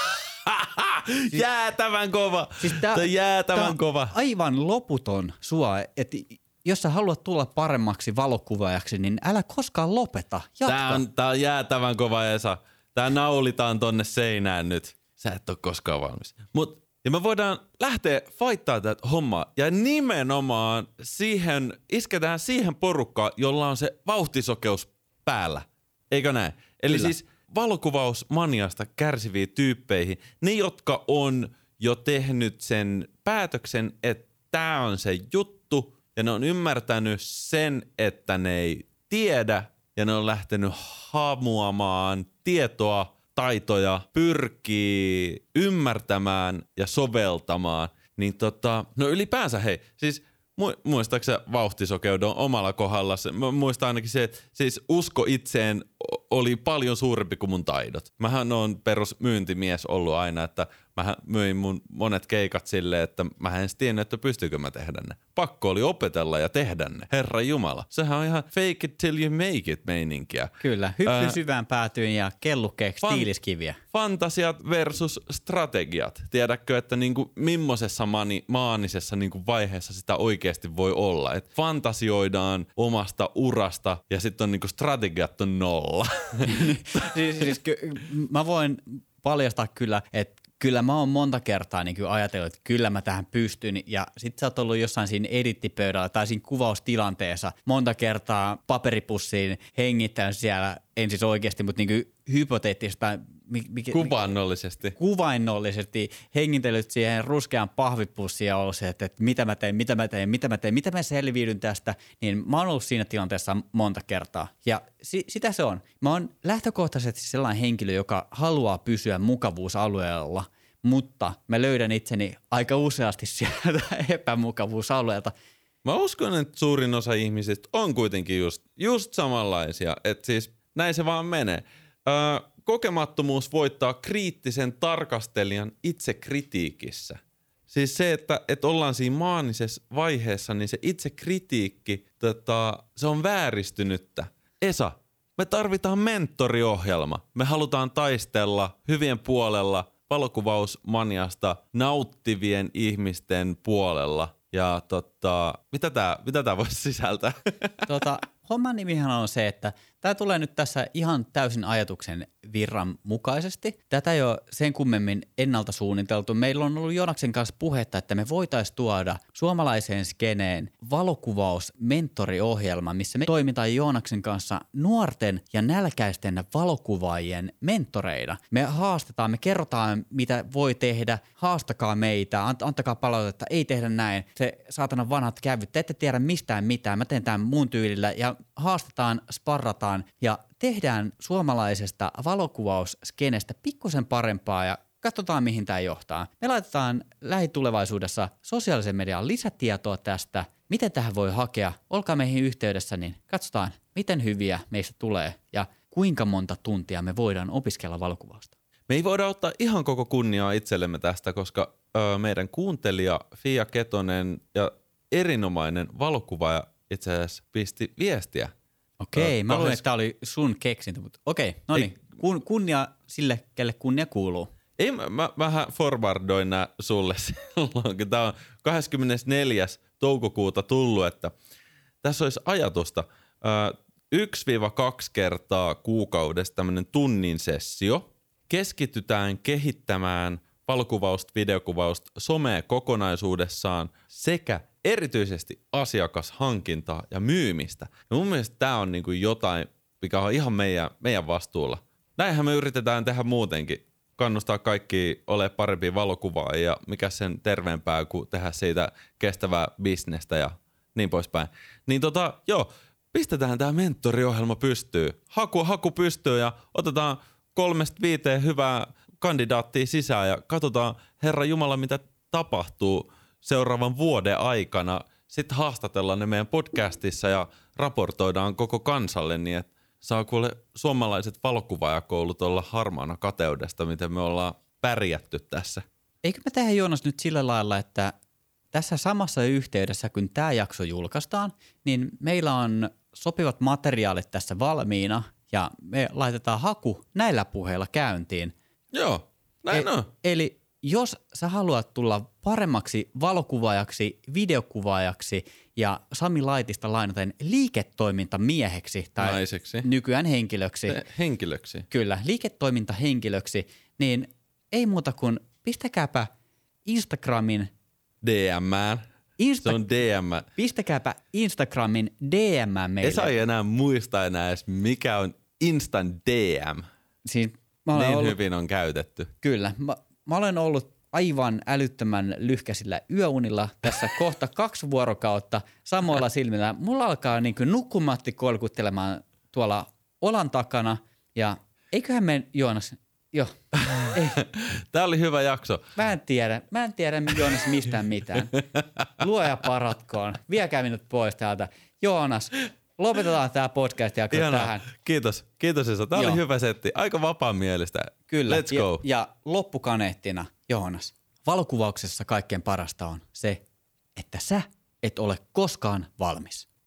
Jäätävän kova! Siis tää kova. Aivan loputon sua, että jos sä haluat tulla paremmaksi valokuvaajaksi, niin älä koskaan lopeta. Jatka. Tää on jäätävän kova, Esa. Tää naulitaan tonne seinään nyt. Sä et ole koskaan valmis. Ja me voidaan lähteä fightaa tätä hommaa. Ja nimenomaan isketään siihen porukkaan, jolla on se vauhtisokeus päällä. Eikö näin? Eli Kyllä. siis valokuvausmaniasta kärsiviä tyyppeihin. Ne, jotka on jo tehnyt sen päätöksen, että tää on se juttu ja ne on ymmärtänyt sen, että ne ei tiedä ja ne on lähtenyt hamuamaan tietoa, taitoja, pyrkii ymmärtämään ja soveltamaan. Niin no ylipäänsä hei, siis muistaakseni vauhtisokeuden omalla kohdalla. Mä muistan ainakin se, että siis usko itseen oli paljon suurempi kuin mun taidot. Mähän on perusmyyntimies ollut aina, että mä myin mun monet keikat silleen, että mä en tiennyt, että pystyykö mä tehdä ne. Pakko oli opetella ja tehdä ne. Herra Jumala. Sehän on ihan fake it till you make it -meininkiä. Kyllä, hyppy syvään päätyyn ja kellukkeeksi tiiliskiviä. Fantasiat versus strategiat. Tiedätkö, että niinku millaisessa maanisessa niinku vaiheessa sitä oikeasti voi olla. Et fantasioidaan omasta urasta ja sitten on niinku strategiat on 0. Mä voin paljastaa kyllä, että kyllä mä oon monta kertaa niin kyllä ajatellut, että kyllä mä tähän pystyn ja sit sä oot ollut jossain siinä edittipöydällä tai siinä kuvaustilanteessa monta kertaa paperipussiin hengittänyt siellä, en siis oikeasti, mutta niin kuin hypoteettisesti kuvainnollisesti hengitellyt siihen ruskeaan pahvipussiin ja ollut se, että miten mä selviydyn tästä, niin mä oon ollut siinä tilanteessa monta kertaa. Ja sitä se on. Mä oon lähtökohtaisesti sellainen henkilö, joka haluaa pysyä mukavuusalueella, mutta mä löydän itseni aika useasti sieltä epämukavuusalueelta. Mä uskon, että suurin osa ihmisistä on kuitenkin just samanlaisia, että siis näin se vaan menee. Kokemattomuus voittaa kriittisen tarkastelijan itsekritiikissä. Siis se, että ollaan siinä maanisessa vaiheessa, niin se itsekritiikki, se on vääristynyttä. Esa, me tarvitaan mentoriohjelma. Me halutaan taistella hyvien puolella, valokuvausmaniasta nauttivien ihmisten puolella. Ja mitä tää voisi sisältää? Homman nimihän on se, että tämä tulee nyt tässä ihan täysin ajatuksen virran mukaisesti. Tätä ei ole sen kummemmin ennalta suunniteltu. Meillä on ollut Joonaksen kanssa puhetta, että me voitaisiin tuoda suomalaiseen skeneen valokuvausmentoriohjelma, missä me toimitaan Joonaksen kanssa nuorten ja nälkäisten valokuvaajien mentoreina. Me haastetaan, me kerrotaan, mitä voi tehdä, haastakaa meitä, antakaa palautetta, ei tehdä näin. Se saatana vanhat kävyt, te ette tiedä mistään mitään, mä teen tämän muun tyylillä ja haastetaan, sparrataan ja tehdään suomalaisesta valokuvausskenestä pikkusen parempaa ja katsotaan, mihin tämä johtaa. Me laitetaan lähitulevaisuudessa sosiaalisen median lisätietoa tästä, miten tähän voi hakea. Olkaa meihin yhteydessä, niin katsotaan, miten hyviä meistä tulee ja kuinka monta tuntia me voidaan opiskella valokuvausta. Me ei voida ottaa ihan koko kunniaa itsellemme tästä, koska meidän kuuntelija Fia Ketonen ja erinomainen valokuvaaja itse asiassa pisti viestiä. Okei, mä luulen, että tämä oli sun keksintö, mutta okei, no niin, kunnia sille, kelle kunnia kuuluu. Ei, mä vähän forwardoin nää sulle silloin, kun tää on 24. toukokuuta tullut, että tässä olisi ajatusta 1-2 kertaa kuukaudessa tämmöinen tunnin sessio. Keskitytään kehittämään valokuvausta, videokuvausta, somea kokonaisuudessaan sekä erityisesti asiakashankintaa ja myymistä. Ja mun mielestä tää on niinku jotain, mikä on ihan meidän vastuulla. Näinhän me yritetään tehdä muutenkin. Kannustaa kaikki olemaan parempia valokuvaajia ja mikä sen terveempää kuin tehdä siitä kestävää bisnestä ja niin poispäin. Niin joo, pistetään tää mentoriohjelma pystyyn. Haku pystyy ja otetaan 3-5 hyvää kandidaattia sisään ja katsotaan Herra Jumala mitä tapahtuu seuraavan vuoden aikana. Sitten haastatellaan ne meidän podcastissa ja raportoidaan koko kansalle niin, että saa kuule suomalaiset valokuvaajakoulut olla harmaana kateudesta, miten me ollaan pärjätty tässä. Eikö me tehdä Joonas nyt sillä lailla, että tässä samassa yhteydessä, kun tämä jakso julkaistaan, niin meillä on sopivat materiaalit tässä valmiina ja me laitetaan haku näillä puheilla käyntiin. Joo, näin on. Eli jos sä haluat tulla paremmaksi valokuvaajaksi, videokuvaajaksi ja Sami Laitista lainaten liiketoimintamieheksi tai naiseksi. Nykyään henkilöksi. Henkilöksi. Kyllä, liiketoimintahenkilöksi, niin ei muuta kuin pistäkääpä Instagramin DM:ään. Se on DM. Pistäkääpä Instagramin DM meille. Esa ei enää muista enää edes, mikä on Instan DM. Siis mä olen niin ollut, hyvin on käytetty. Kyllä. Mä olen ollut aivan älyttömän lyhkäisillä yöunilla tässä kohta 2 vuorokautta samoilla silmillä. Mulla alkaa niin kuin nukkumatti kolkuttelemaan tuolla olan takana ja eiköhän me Joonas, ei. Tämä oli hyvä jakso. Mä en tiedä Joonas mistään mitään. Luoja paratkoon. Viekää minut pois täältä. Joonas, lopetetaan tämä podcast-jakso tähän. Kiitos Esa. Tämä oli hyvä setti. Aika vapaamielistä. Kyllä. Let's go. Ja loppukaneettina, Joonas, valokuvauksessa kaikkein parasta on se, että sä et ole koskaan valmis.